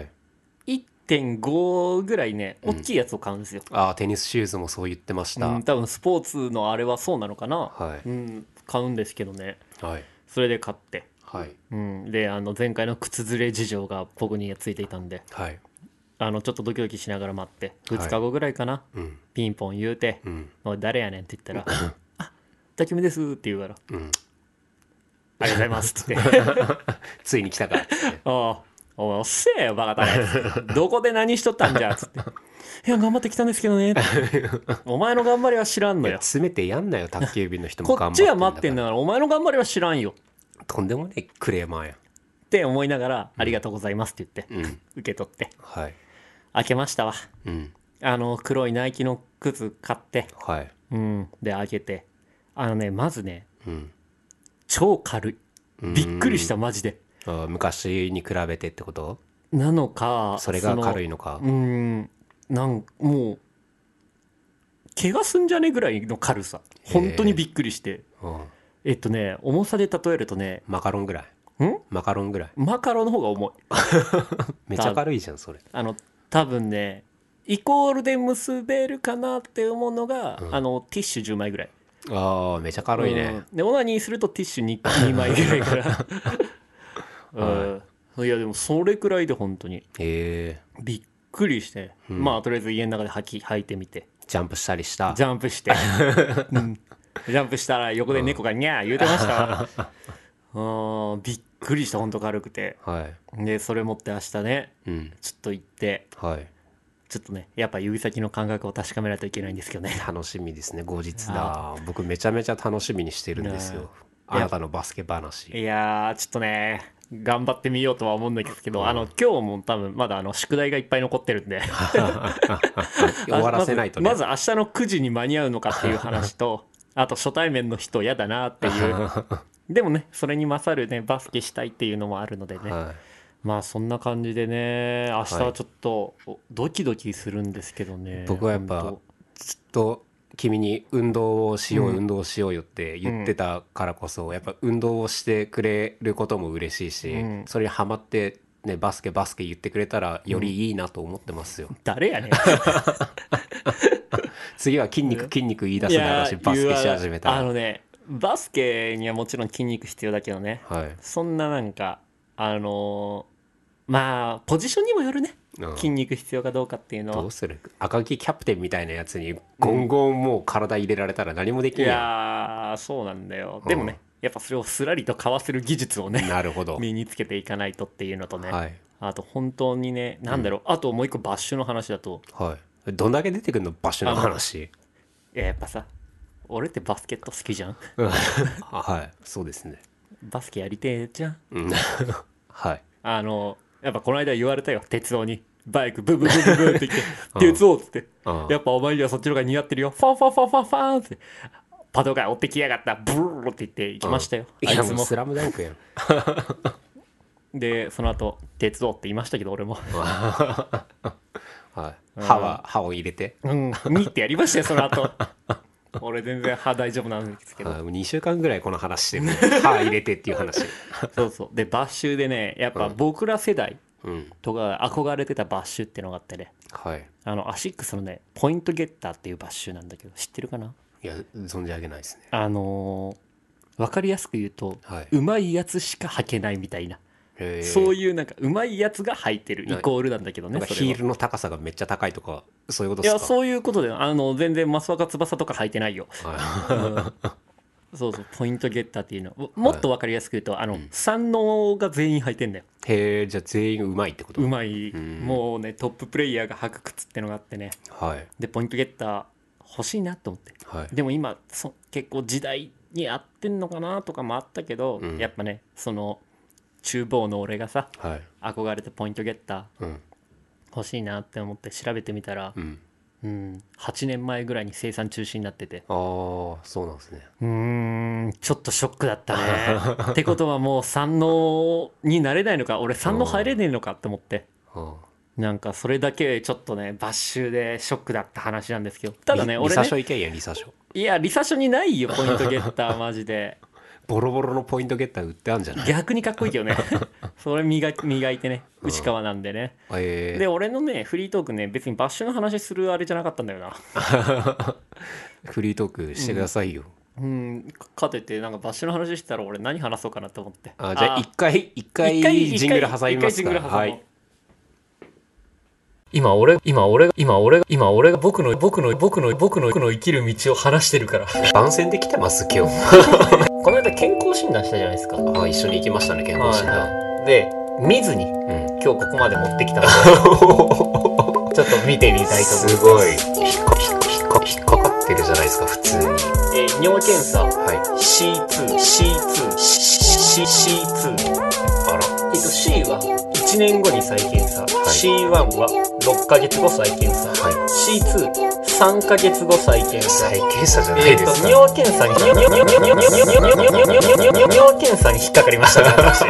いってんご ぐらいね大きいやつを買うんですよ、 うん、ああテニスシューズもそう言ってました、 うん、多分スポーツのあれはそうなのかな、 はい、 うん、買うんですけどね、 はい、 それで買って、 はい、 うん、であの前回の靴ずれ事情が僕についていたんで、 はい、 あのちょっとドキドキしながら待ってふつかごぐらいかな、はい、うん、ピンポン言うて、うん、おい誰やねんって言ったらあだきめですって言うから、うん、ありがとうございますってついに来たからっつってああお前おっせえよバカだねどこで何しとったんじゃっつっていや頑張ってきたんですけどねお前の頑張りは知らんのよ。 詰めてやんなよ宅急便の人も頑張ってんだからこっちは待ってんだからお前の頑張りは知らんよ。 とんでもねえクレーマーやって思いながら、うん、ありがとうございますって言って、うん、受け取って、 はい、 開けましたわ、うん、あの黒いナイキの靴買って、 はいうん、で開けてあのねまずね、うん、超軽いびっくりしたマジで。 あ昔に比べてってことなのかそれが軽いのかうんなんもう怪我すんじゃねえぐらいの軽さ本当にびっくりして、うん、えっとね重さで例えるとねマカロンぐらいんマカロンぐらいマカロンの方が重いめちゃ軽いじゃんそれ。 あの多分ねイコールで結べるかなって思うのが、うん、あのティッシュじゅうまいぐらい。 ああめちゃ軽いね、 うん、でオナニーするとティッシュ 2, にまいぐらいからはい、いやでもそれくらいで本当にへびっくりして、うん、まあとりあえず家の中で履き履いてみてジャンプしたりしたジャンプして、うん、ジャンプしたら横で猫がニャー言うてましたうんびっくりした本当軽くて、 はい、 でそれ持って明日ね、うん、ちょっと行って、 はい、 ちょっとねやっぱ指先の感覚を確かめないといけないんですけどね。 楽しみですね後日だ。僕めちゃめちゃ楽しみにしてるんですよあなたのバスケ話。 いやーちょっとね頑張ってみようとは思うんですけど、うん、あの今日も多分まだあの宿題がいっぱい残ってるんで終わらせないとねまず、まず明日のくじに間に合うのかっていう話とあと初対面の人嫌だなっていうでもねそれに勝るねバスケしたいっていうのもあるのでね、はい、まあそんな感じでね明日はちょっとドキドキするんですけどね、はい、 僕はやっぱずっと君に運動をしよう、うん、運動しようよって言ってたからこそ、うん、やっぱ運動をしてくれることも嬉しいし、うん、それにハマって、ね、バスケバスケ言ってくれたらよりいいなと思ってますよ、 うん、誰やねん次は筋肉筋肉言い出すだろうしバスケし始めたらあのねバスケにはもちろん筋肉必要だけどね、はい、そんななんかあのー、まあポジションにもよるね筋肉必要かどうかっていうのは。 どうする赤木キャプテンみたいなやつにゴンゴンもう体入れられたら何もできない、 うん、いやーそうなんだよ、うん、でもねやっぱそれをスラリとかわせる技術をねなるほど身につけていかないとっていうのとね、 はい、 あと本当にねなんだろう、うん、あともう一個バッシュの話だと、 はい、どんだけ出てくるのバッシュの話。 いややっぱさ俺ってバスケット好きじゃんはいそうですねバスケやりてえじゃん、 うん、はいあのやっぱこの間言われたよ哲夫にバイクブブブブブって言って哲夫っつってやっぱお前にはそっちの方が似合ってるよファンファンファンファンファンってパトカー追ってきやがったブルーって言って行きましたよ、 うん、あいつもいやもうスラムダンクやんでその後鉄道って言いましたけど俺もはい、歯は歯を入れてうんにってやりましたよその後俺全然歯大丈夫なんですけどにしゅうかんぐらいこの話してる、ね、歯入れてっていう話そうそうでバッシュでねやっぱ僕ら世代とか憧れてたバッシュっていうのがあってね、 はい、 あのアシックスのねポイントゲッターっていうバッシュなんだけど知ってるかな。 いや存じ上げないですね。 あのー、分かりやすく言うと、はい、うまいやつしか履けないみたいなそういうなんかうまいやつが履いてるイコールなんだけどね。 ヒールの高さがめっちゃ高いとかそういうことですか？ いやそういうことで、あの全然益若翼とか履いてないよ、はい、うん、そうそうポイントゲッターっていうのもっと分かりやすく言うと、はい、あの、うん、三能が全員履いてんだよ。 へえ、じゃあ全員うまいってこと？ うまい、うん、もうねトッププレイヤーが履く靴ってのがあってね、はい、でポイントゲッター欲しいなと思って、はい、でも今そ結構時代に合ってんのかなとかもあったけど、うん、やっぱねその厨房の俺がさ、はい、憧れてポイントゲッター、うん、欲しいなって思って調べてみたら、うんうん、はちねんまえぐらいに生産中止になってて、 ああそうなんですね。 うーんちょっとショックだったねってことはもう三能になれないのか、俺三能入れねえのかって思って、なんかそれだけちょっとね抜臭でショックだった話なんですけど、ただね俺ねリサ書行けんやリサ書。 いやリサ書にないよポイントゲッターマジでボロボロのポイントゲッター売ってあるんじゃない？ 逆にかっこいいけどねそれ磨磨いてね内川なんでね、うんえー、で俺のねフリートークね別にバッシュの話するあれじゃなかったんだよなフリートークしてくださいよ、 うん、うん、勝ててなんかバッシュの話したら俺何話そうかなと思って、 あじゃあ一回一回ジングル挟みますか。はい、 今俺今俺が今俺が今俺が僕の僕の僕の僕の僕の生きる道を話してるから番宣で来てます今日この間健康診断したじゃないですか。 あ一緒に行きましたね健康診断、 はい、で見ずに、うん、今日ここまで持ってきたのでちょっと見てみたいと思います。 すごい引っか引っか引っかかってるじゃないですか普通に、 えー、尿検査、はい、シーツー シーツー シーツー あら、えっと C はいちねんごに再検査、はい、シーワン はろっかげつご再検査、はい、シーツーさんかげつご再検査。 再検査じゃないですか。 えー、と尿検査に尿検査に引っかかりましたね私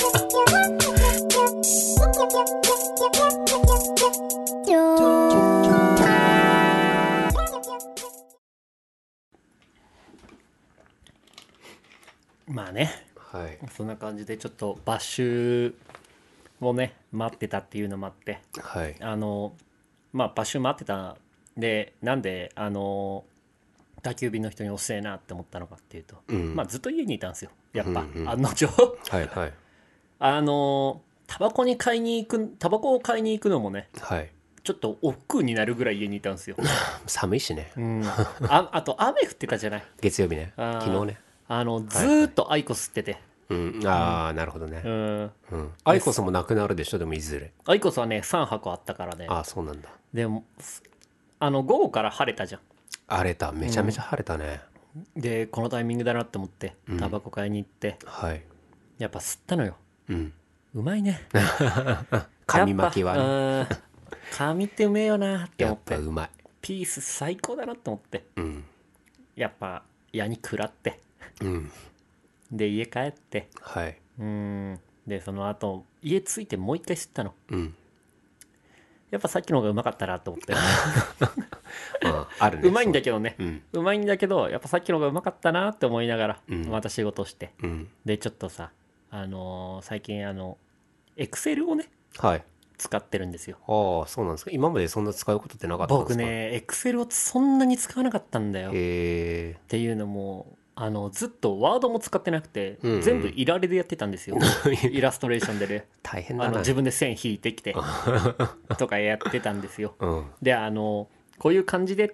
まあね、はい、そんな感じでちょっとバッシュをね待ってたっていうのもあって、はい、あのまあバッシュ待ってたでなんであの宅急便の人に遅えなって思ったのかっていうと、うん、まあずっと家にいたんですよやっぱ、うんうん、案の定はいはいあのタバコに買いに行くタバコを買いに行くのもね、はい、ちょっと億劫になるぐらい家にいたんですよ寒いしね、 うん、あ, あと雨降ってたじゃない月曜日ね昨日ねあのずーっとアイコス吸ってて、 はいはいうん、ああ、うん、なるほどね、うんうん、アイコスもなくなるでしょでもいずれアイコスはねさんはこあったからね。 ああそうなんだ。 でもあの午後から晴れたじゃん。 晴れためちゃめちゃ晴れたね、 うん、でこのタイミングだなって思ってタバコ買いに行って、うん、はいやっぱ吸ったのよ、うん、うまいね紙巻きはね紙ってうめえよなって思ってやっぱうまいピース最高だなって思って、うん、やっぱ矢に食らって、うん、で家帰ってはいうんでその後家着いてもう一回吸ったの、うん、やっぱさっきの方がうまかったなと思ってああるねうまいんだけどね う,、うん、うまいんだけどやっぱさっきの方がうまかったなって思いながら、うん、また仕事して、うん、でちょっとさあのー、最近あのエクセルをね、はい、使ってるんですよ。 ああそうなんですか。今までそんな使うことってなかったんですか。 僕ねエクセルをそんなに使わなかったんだよ。へっていうのもあのずっとワードも使ってなくて、うんうん、全部イラレでやってたんですよイラストレーションでね大変だな。 あの自分で線引いてきてとかやってたんですよ、うん、であのこういう感じでって、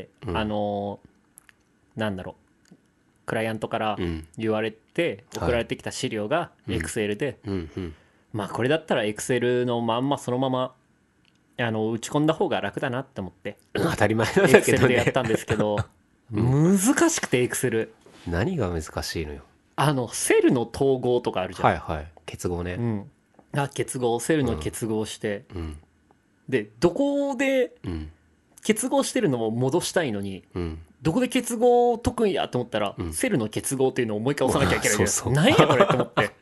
うん、あのなんだろうクライアントから言われて、うん、送られてきた資料がエクセルで、うんうんうん、まあこれだったらエクセルのまんまそのままあの打ち込んだ方が楽だなって思って当たり前なんだけどねエクセルでやったんですけど、うん、難しくてエクセル何が難しいのよ。 あのセルの統合とかあるじゃん。 はいはい結合ね、うん、 あ結合セルの結合して、うん、でどこで結合してるのを戻したいのに、うん、どこで結合を解くんやと思ったら、うん、セルの結合っていうのをもう一回押さなきゃいけないじゃん。そうそう何やこれと思って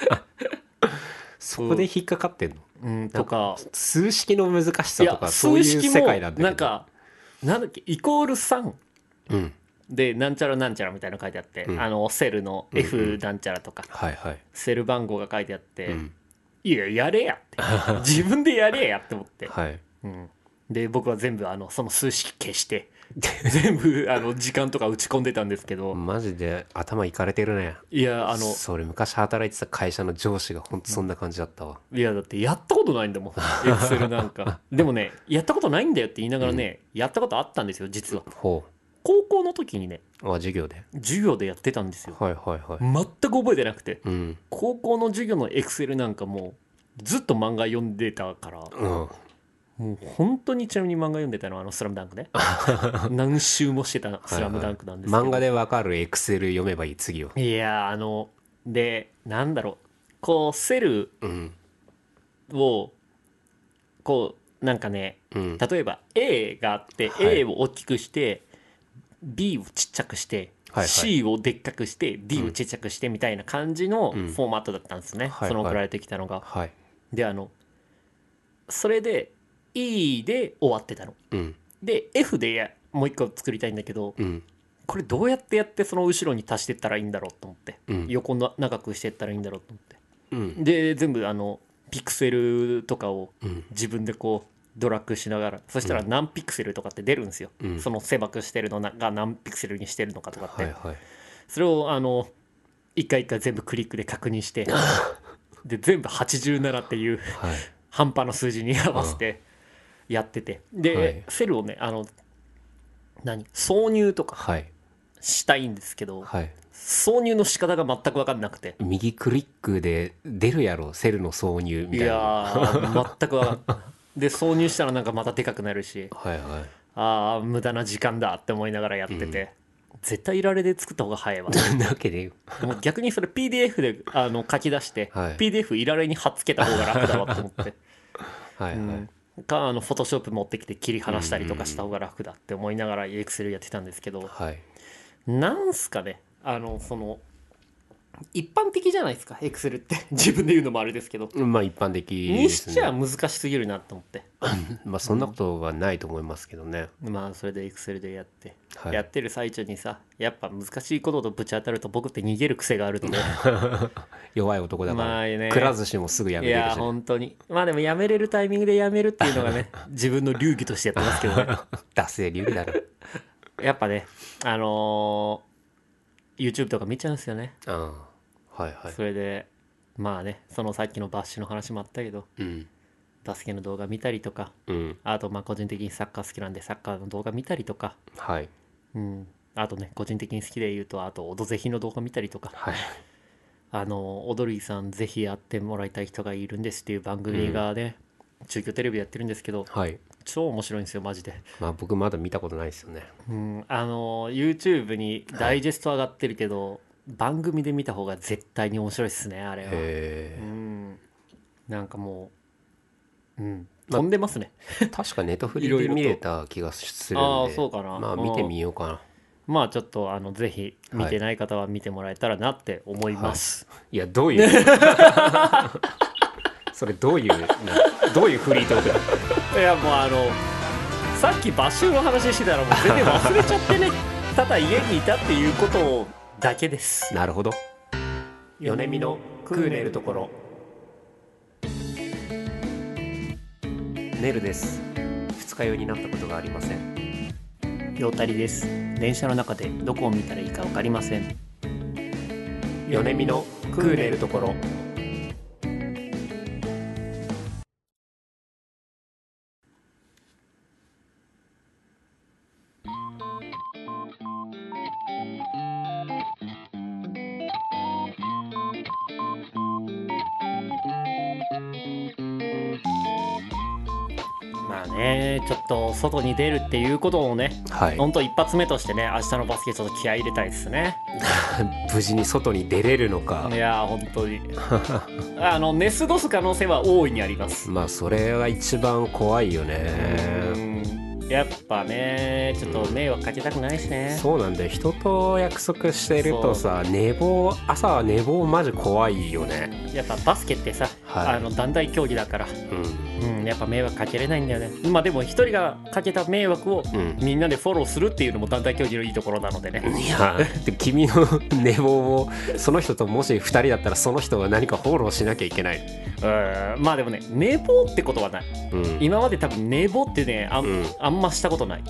そこで引っかかってんの、 うん、とか数式の難しさとかそういう世界なんだけどなんかなんだっけイコールさん、うんでなんちゃらなんちゃらみたいなの書いてあって、うん、あのセルの F なんちゃらとか、うんうんはいはい、セル番号が書いてあって、うん、いややれやって自分でやれやって思って、はいうん、で僕は全部あのその数式消して全部あの時間とか打ち込んでたんですけど、 マジで頭いかれてるね。 いやあのそれ昔働いてた会社の上司が本当そんな感じだったわ。 いやだってやったことないんだもんエクセルなんかでもねやったことないんだよって言いながらね、うん、やったことあったんですよ実は。 ほう。 高校の時にね、 あ、授業で授業でやってたんですよ。 はいはいはい。 全く覚えてなくて、 うん、 高校の授業のエクセルなんかもうずっと漫画読んでたから、うん、もう本当にちなみに漫画読んでたのはあのスラムダンクね何周もしてたスラムダンクなんですけど、 はいはい、漫画でわかるエクセル読めばいい次を。 いやあのでなんだろうこうセルをこうなんかね、うん、例えば A があって、はい、A を大きくして B をちっちゃくして、はいはい、C をでっかくして D をちっちゃくしてみたいな感じのフォーマットだったんですね、うん、その送られてきたのが、はいはい、であのそれで E で終わってたの、うん、で F でやもう一個作りたいんだけど、うん、これどうやってやってその後ろに足していったらいいんだろうと思って、うん、横の長くしていったらいいんだろうと思って、うん、で全部あのピクセルとかを自分でこうドラッグしながら、そしたら何ピクセルとかって出るんですよ、うん、その狭くしてるのが何ピクセルにしてるのかとかって、はいはい、それをあの一回一回全部クリックで確認してで全部はちじゅうななっていう、はい、半端な数字に合わせてやってて、で、はい、セルをねあの何挿入とかしたいんですけど、はい、挿入の仕方が全く分かんなくて、 右クリックで出るやろセルの挿入みたいな。いや全く分かんないで挿入したらなんかまたでかくなるし、はいはい、ああ無駄な時間だって思いながらやってて、うん、絶対いられで作った方が早いわなわけでよもう逆にそれ ピーディーエフ であの書き出して、はい、ピーディーエフ いられに貼っつけた方が楽だわと思ってはい、はい、うんかあのフォトショップ持ってきて切り離したりとかした方が楽だって思いながらエクセルやってたんですけど、はい、なんすかねあのその一般的じゃないですかエクセルって自分で言うのもあれですけど、 まあ一般的ですね。 にしちゃ難しすぎるなと思ってまあそんなことはないと思いますけどね、 うん、まあそれでエクセルでやって、はい、やってる最中にさやっぱ難しいこととぶち当たると僕って逃げる癖があるので弱い男だから、まあね、くら寿司もすぐやめれるし、ね、 いや本当にまあでもやめれるタイミングでやめるっていうのがね自分の流儀としてやってますけどねダセー流儀だろやっぱねあのー、YouTube とか見ちゃうんですよね。ああはいはい、それでまあねそのさっきのバッシュの話もあったけど、うん、バスケの動画見たりとか、うん、あとまあ個人的にサッカー好きなんでサッカーの動画見たりとか、はいうん、あとね個人的に好きで言うとあとオドぜひの動画見たりとか、はい、あのオドリーさんぜひやってもらいたい人がいるんですっていう番組がね、うん、中京テレビでやってるんですけど、はい、超面白いんですよマジで。 まあ僕まだ見たことないですよね、 うん、あの YouTube にダイジェスト上がってるけど、はい番組で見た方が絶対に面白いですねあれは。へー、うん、なんかもう、うん、飛んでますね、 まあ、確かネットフリで見れた気がするんでああそうかな、 まあ見てみようかな。 まあちょっとあのぜひ見てない方は見てもらえたらなって思います、 はい、いやどういうそれどういうどういうフリートークだいやもうあのさっきバシューの話してたらもう全然忘れちゃってねただ家にいたっていうことをだけです。 なるほど。 米見のクーネルところ。 ネルです。二日酔いになったことがありません。 ヨタリです。電車の中でどこを見たらいいか分かりません。 米見のクーネルところ。 まあねちょっと外に出るっていうことをね、はい、ほんと一発目としてね明日のバスケちょっと気合い入れたいですね無事に外に出れるのか。 いや本当にあの寝過ごす可能性は大いにあります。 まあそれが一番怖いよね。 やっぱねちょっと迷惑かけたくないしね、 うん、そうなんだよ。人と約束してるとさ寝坊朝は寝坊マジ怖いよね。 やっぱバスケってさ、はい、あの団体競技だから、うんうん、やっぱ迷惑かけれないんだよね。まあでも一人がかけた迷惑をみんなでフォローするっていうのも団体競技のいいところなのでね、うん、 いや君の寝坊をその人ともしふたりだったらその人が何かフォローしなきゃいけない。 うんまあでもね寝坊ってことはない、うん、今まで多分寝坊ってね あ,、うん、あんましたことない。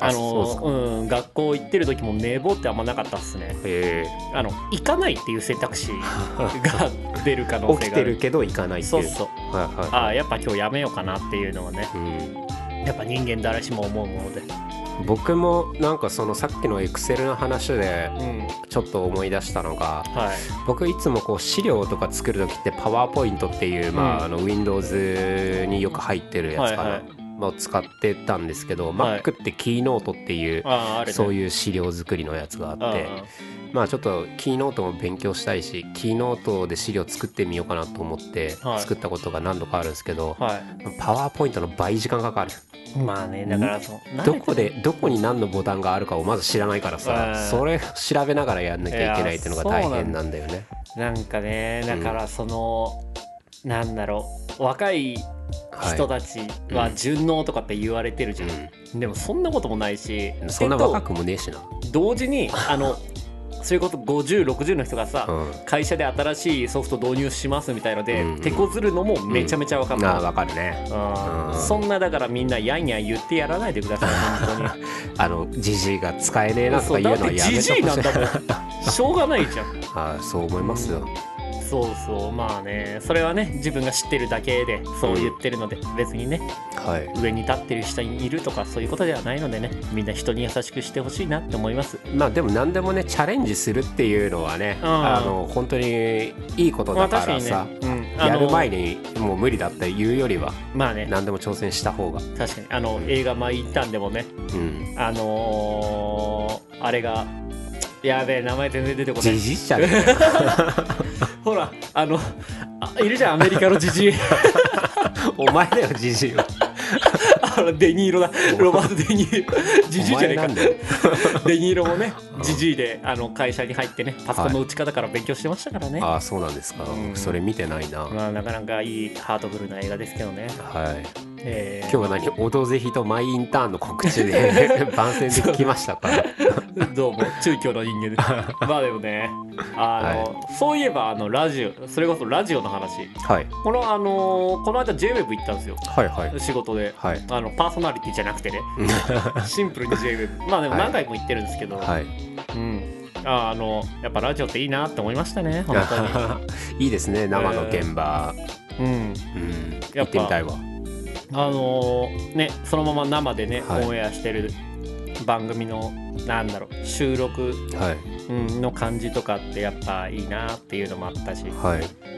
あのう、うん、学校行ってる時も寝坊ってあんまなかったっすね。 へあの行かないっていう選択肢が出る可能性がある。 起きてるけど行かないっていう。 そうそう、はいはいはい、ああやっぱ今日やめようかなっていうのはね、うん、やっぱ人間誰しも思うもので。 僕もなんかそのさっきのエクセルの話でちょっと思い出したのが、うんはい、僕いつもこう資料とか作る時ってパワーポイントっていう、まあ、あの Windows によく入ってるやつかな、はいはい、まあ、使ってたんですけど、はい、Mac ってキーノートっていう、ね、そういう資料作りのやつがあって、まあちょっとキーノートも勉強したいしキーノートで資料作ってみようかなと思って作ったことが何度かあるんですけど、はい、パワーポイントの倍時間かかる。 まあね、だからそうどこでどこに何のボタンがあるかをまず知らないからさ、それ調べながらやんなきゃいけないっていうのが大変なんだよね。 なんかね、だからその、うん、なんだろう、若い人たちは順応とかって言われてるじゃん、うん、でもそんなこともないし、 そんな若くもねえしな。 同時にあのそういうことごじゅう、ろくじゅうの人がさ、うん、会社で新しいソフト導入しますみたいので、うんうん、手こずるのもめちゃめちゃ分かる、うん、 あ分かるね、 うん、そんなだからみんなやんやん言ってやらないでください本当にあのジジイが使えねえなとか言うのはやめてほしい。 ジジイなんだもんしょうがないじゃんあそう思いますよ、 うん、そうそうまあねそれはね自分が知ってるだけでそう言ってるので、うん、別にね、はい、上に立ってる下にいるとかそういうことではないのでねみんな人に優しくしてほしいなって思います。 まあでも何でもねチャレンジするっていうのはね、うん、あの本当にいいことだからさ、まあねうん、やる前にもう無理だって言うよりはまあね何でも挑戦した方が確かにあの、うん、映画前行ったんでもね、うん、あのー、あれがやべえ名前全然出てこない。 ジジイじゃねほらあのあいるじゃんアメリカのジジイお前だよジジイはあのデニーロだロバート・デニーロジジイじゃねえかデニーロもねジジイであの会社に入ってねパソコンの打ち方から勉強してましたからね、はい、 ああそうなんですか、うん、それ見てないな、 まあ、なかなかいいハートフルな映画ですけどね。はい、 えー、今日は何オドぜひとマイインターンの告知で番宣で来ましたかどうも中京の人間ですまあでもねあの、はい、そういえばあのラジオそれこそラジオの話、はい、このあのこの間 ジェイウェブ 行ったんですよ、はいはい、仕事で、はい、あのパーソナリティじゃなくてねシンプルに ジェイウェブ まあでも何回も行ってるんですけど、はいうん、ああのやっぱラジオっていいなって思いましたね本当にいいですね生の現場、えー、うん、うん、行ってみたいわ。 あのー、ねそのまま生でね、はい、オンエアしてる番組のなんだろう収録、はいうん、の感じとかってやっぱいいなっていうのもあったし、はい、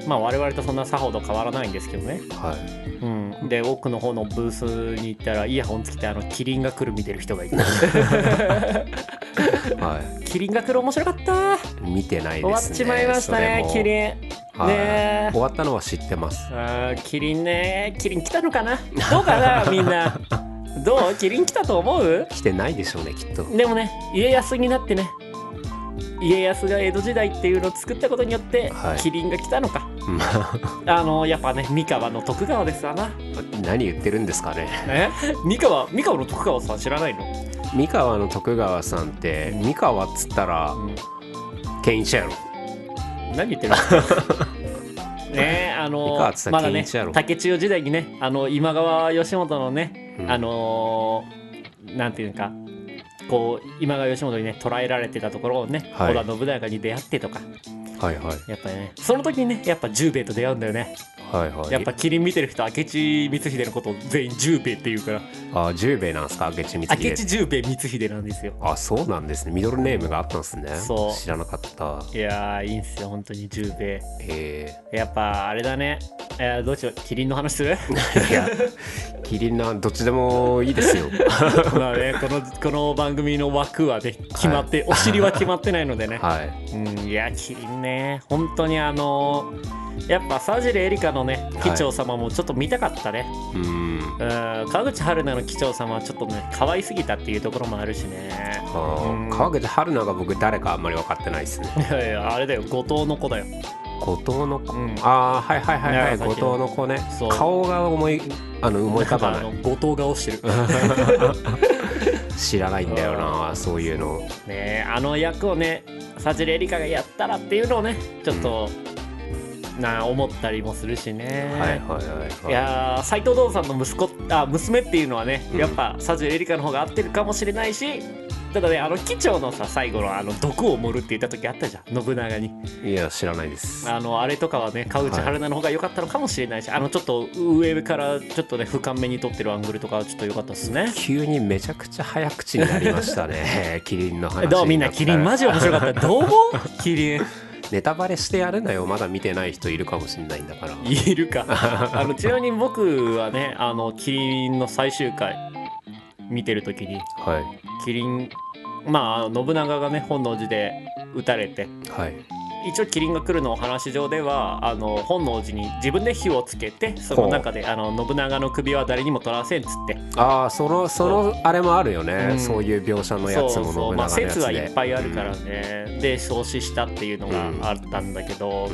まあ我々とそんなさほど変わらないんですけどね、はいうん、で奥の方のブースに行ったらイヤホンつけてあのキリンが来る見てる人がいて、はい、キリンが来る面白かった。 見てないですね。 終わっちまいましたねキリンね、終わったのは知ってます。 あキリンねキリン来たのかなどうかなみんなどうキリン来たと思う？ 来てないでしょうねきっと。 でもね家康になってね家康が江戸時代っていうのを作ったことによって、はい、キリンが来たのかあのやっぱね三河の徳川ですわな。 何言ってるんですかねえ三河三河の徳川さん知らないの？ 三河の徳川さんって三河っつったら、うん、健一やろ。 何言ってるんですかねあのまだね竹千代時代にねあの今川義元のね、うん、あのー、なんていうかこう今川義元にね捕らえられてたところをね、はい、織田信長に出会ってとか、はいはい、やっぱりねその時にねやっぱ十兵衛と出会うんだよね。はいはい、やっぱキリン見てる人明智光秀のことを全員十兵衛って言うから。 あ十兵衛なんですか明智光秀。 明智十兵衛光秀なんですよ。 あそうなんですねミドルネームがあったんですね。そう知らなかった。 いやーいいんすよ本当に十兵衛。えー、やっぱあれだね、えー、どうしようキリンの話するいやキリンなどっちでもいいですよまあねこのこの番組の枠はね決まって、はい、お尻は決まってないのでね、はいうん、いやキリンね本当にあのーやっぱ沢尻エリカのね機長様もちょっと見たかったね、はい、うん川口春奈の機長様はちょっとね可愛すぎたっていうところもあるしね。 あ川口春奈が僕誰かあんまり分かってないですね。 いやいやあれだよ後藤の子だよ。 後藤の子、うん、ああはいはいはいはい後藤の子ね。顔が思いあの思い浮かばない。 後藤顔してる知らないんだよなそういうのね。あの役をね沢尻エリカがやったらっていうのをねちょっと、うんな思ったりもするしね。 はいはいはい、はい、 いや斎藤道さんの息子あ娘っていうのはね、やっぱ佐治エリカの方が合ってるかもしれないし、ただね、あの機長のさ最後のあの毒を盛るって言った時あったじゃん、信長に。 いや知らないです。 あのあれとかはね、川口春奈の方が良かったのかもしれないし、はい、あのちょっと上からちょっとね俯瞰目に撮ってるアングルとかはちょっと良かったですね。 急にめちゃくちゃ早口になりましたねキリンの話。 どうみんなキリンマジ面白かったどうもキリンネタバレしてやるなよ、まだ見てない人いるかもしれないんだから。 いるかあのちなみに僕はね、あのキリンの最終回見てる時に、はい、キリンまあ信長がね本能寺で撃たれて、はい、一応キリンが来るのお話上ではあの本能寺に自分で火をつけて、その中であの信長の首は誰にも取らせんっつって、 ああそのそのあれもあるよね、うん、そういう描写のやつも信長のやつで、そうそう、まあ、 説はいっぱいあるからね、うん、で焼死したっていうのがあったんだけど、うん、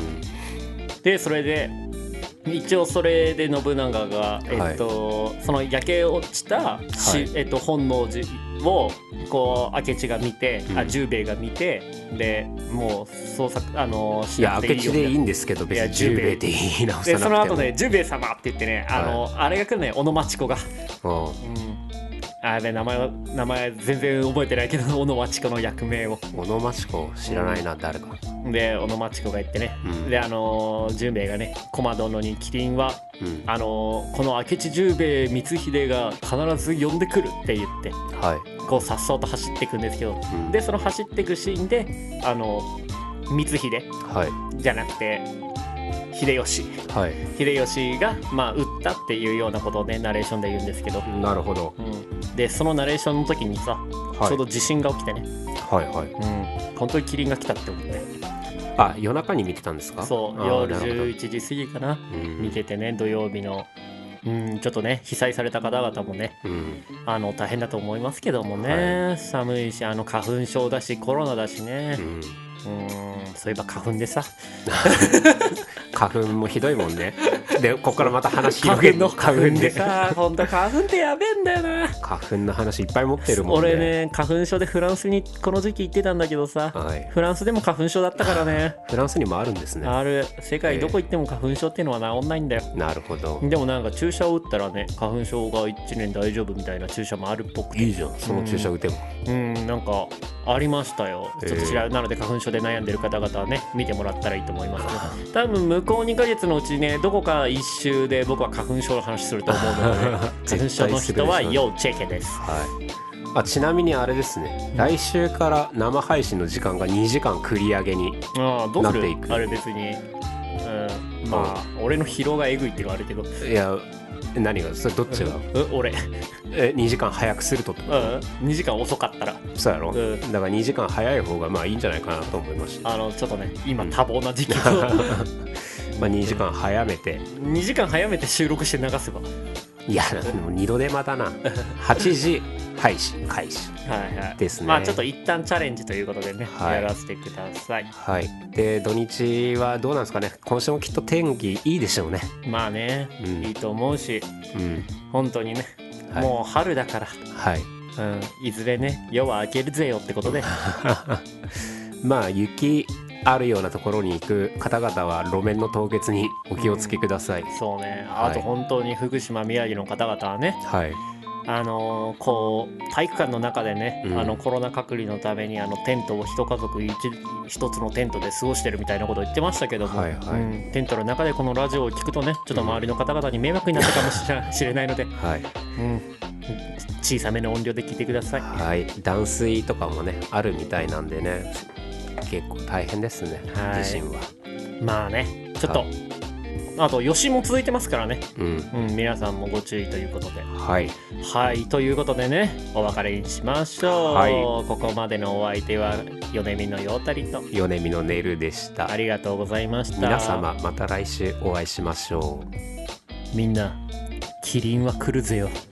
でそれで一応それで信長が、えっとはい、その焼け落ちた、はいえっと、本能寺をこう明智が見て、うん、あ十兵衛が見て、でもう捜索あのしなくていいよ。いや明智でいいんですけど別に十兵衛で言い直さなくても。 でその後ね十兵衛様って言ってね、あの、はい、あれが来るね小野町子が。あれ名前は名前全然覚えてないけど小野町子の役名を。 小野町子知らないな、うん、誰か。 で小野町子が言ってね、うん、であの十兵衛がね駒殿にキリンは、うん、あのこの明智十兵衛光秀が必ず呼んでくるって言って、はい、こうさっそうと走っていくんですけど、うん、でその走っていくシーンであの光秀、はい、じゃなくて秀吉、はい、秀吉が、まあ、撃ったっていうようなことをねナレーションで言うんですけど、 なるほど、 うん、でそのナレーションの時にさ、はい、ちょうど地震が起きてね、はいはいうん、本当にキリンが来たって思って、 あ夜中に見てたんですか。 そう夜じゅういちじ過ぎかな、うん、見ててね土曜日の、うん、ちょっとね被災された方々もね、うん、あの大変だと思いますけどもね、はい、寒いしあの花粉症だしコロナだしね、うんうんそういえば花粉でさ花粉もひどいもんね。でここからまた話広げるの花粉でさ本当花粉ってやべえんだよな。 花粉の話いっぱい持ってるもんね。 俺ね花粉症でフランスにこの時期行ってたんだけどさ、はい、フランスでも花粉症だったからね。 フランスにもあるんですね。 ある。世界どこ行っても花粉症っていうのは治んないんだよ、 えー、なるほど。 でもなんか注射を打ったらね花粉症がいちねん大丈夫みたいな注射もあるっぽくて。 いいじゃんその注射打ても。 うん、うん、なんかありましたよ。ちょっと知ら、えー、なので花粉症で悩んでる方々はね見てもらったらいいと思いますけど、多分向こうにかげつのうちねどこか一周で僕は花粉症の話すると思うので、ね、花粉症の人は要チェケです。 はい。あちなみにあれですね、来週から生配信の時間がにじかん繰り上げになっていく。 あれ別に、うん、まあ、うん、俺の疲労がえぐいって言われるけど。 いや何がそれどっちが、 うん、俺えにじかん早くするとってこと、 うん、にじかん遅かったらそうやろ、うん、だからにじかん早い方がまあいいんじゃないかなと思いました。 あのちょっとね今多忙な時期とまあにじかん早めてにじかん早めて収録して流せば。 いやもう二度手間だなはちじ配信開始ですね。 はいはい、まあちょっと一旦チャレンジということでね、はい、やらせてください。 はい。で土日はどうなんですかね。今週もきっと天気いいでしょうね。 まあね、うん、いいと思うし、うん、本当にね、はい、もう春だから、はい、うん、いずれね夜は明けるぜよってことでまあ雪あるようなところに行く方々は路面の凍結にお気をつけください。 うん、そうね。あと本当に福島宮城の方々はね、はい、あのー、こう体育館の中でね、うん、あのコロナ隔離のためにあのテントを一家族 一, 一つのテントで過ごしてるみたいなことを言ってましたけども、はいはいうん、テントの中でこのラジオを聞くとねちょっと周りの方々に迷惑になったかもしれないので、はいうん、小さめの音量で聞いてください。 はい、断水とかもねあるみたいなんでね結構大変ですね、はい、地震は。 まあねちょっと、はい、あと余震も続いてますからね、うんうん、皆さんもご注意ということで、はいはいということでねお別れにしましょう、はい、ここまでのお相手は米見のようたりと米見のねるでした。 ありがとうございました。 皆様また来週お会いしましょう。 みんなキリンは来るぜよ。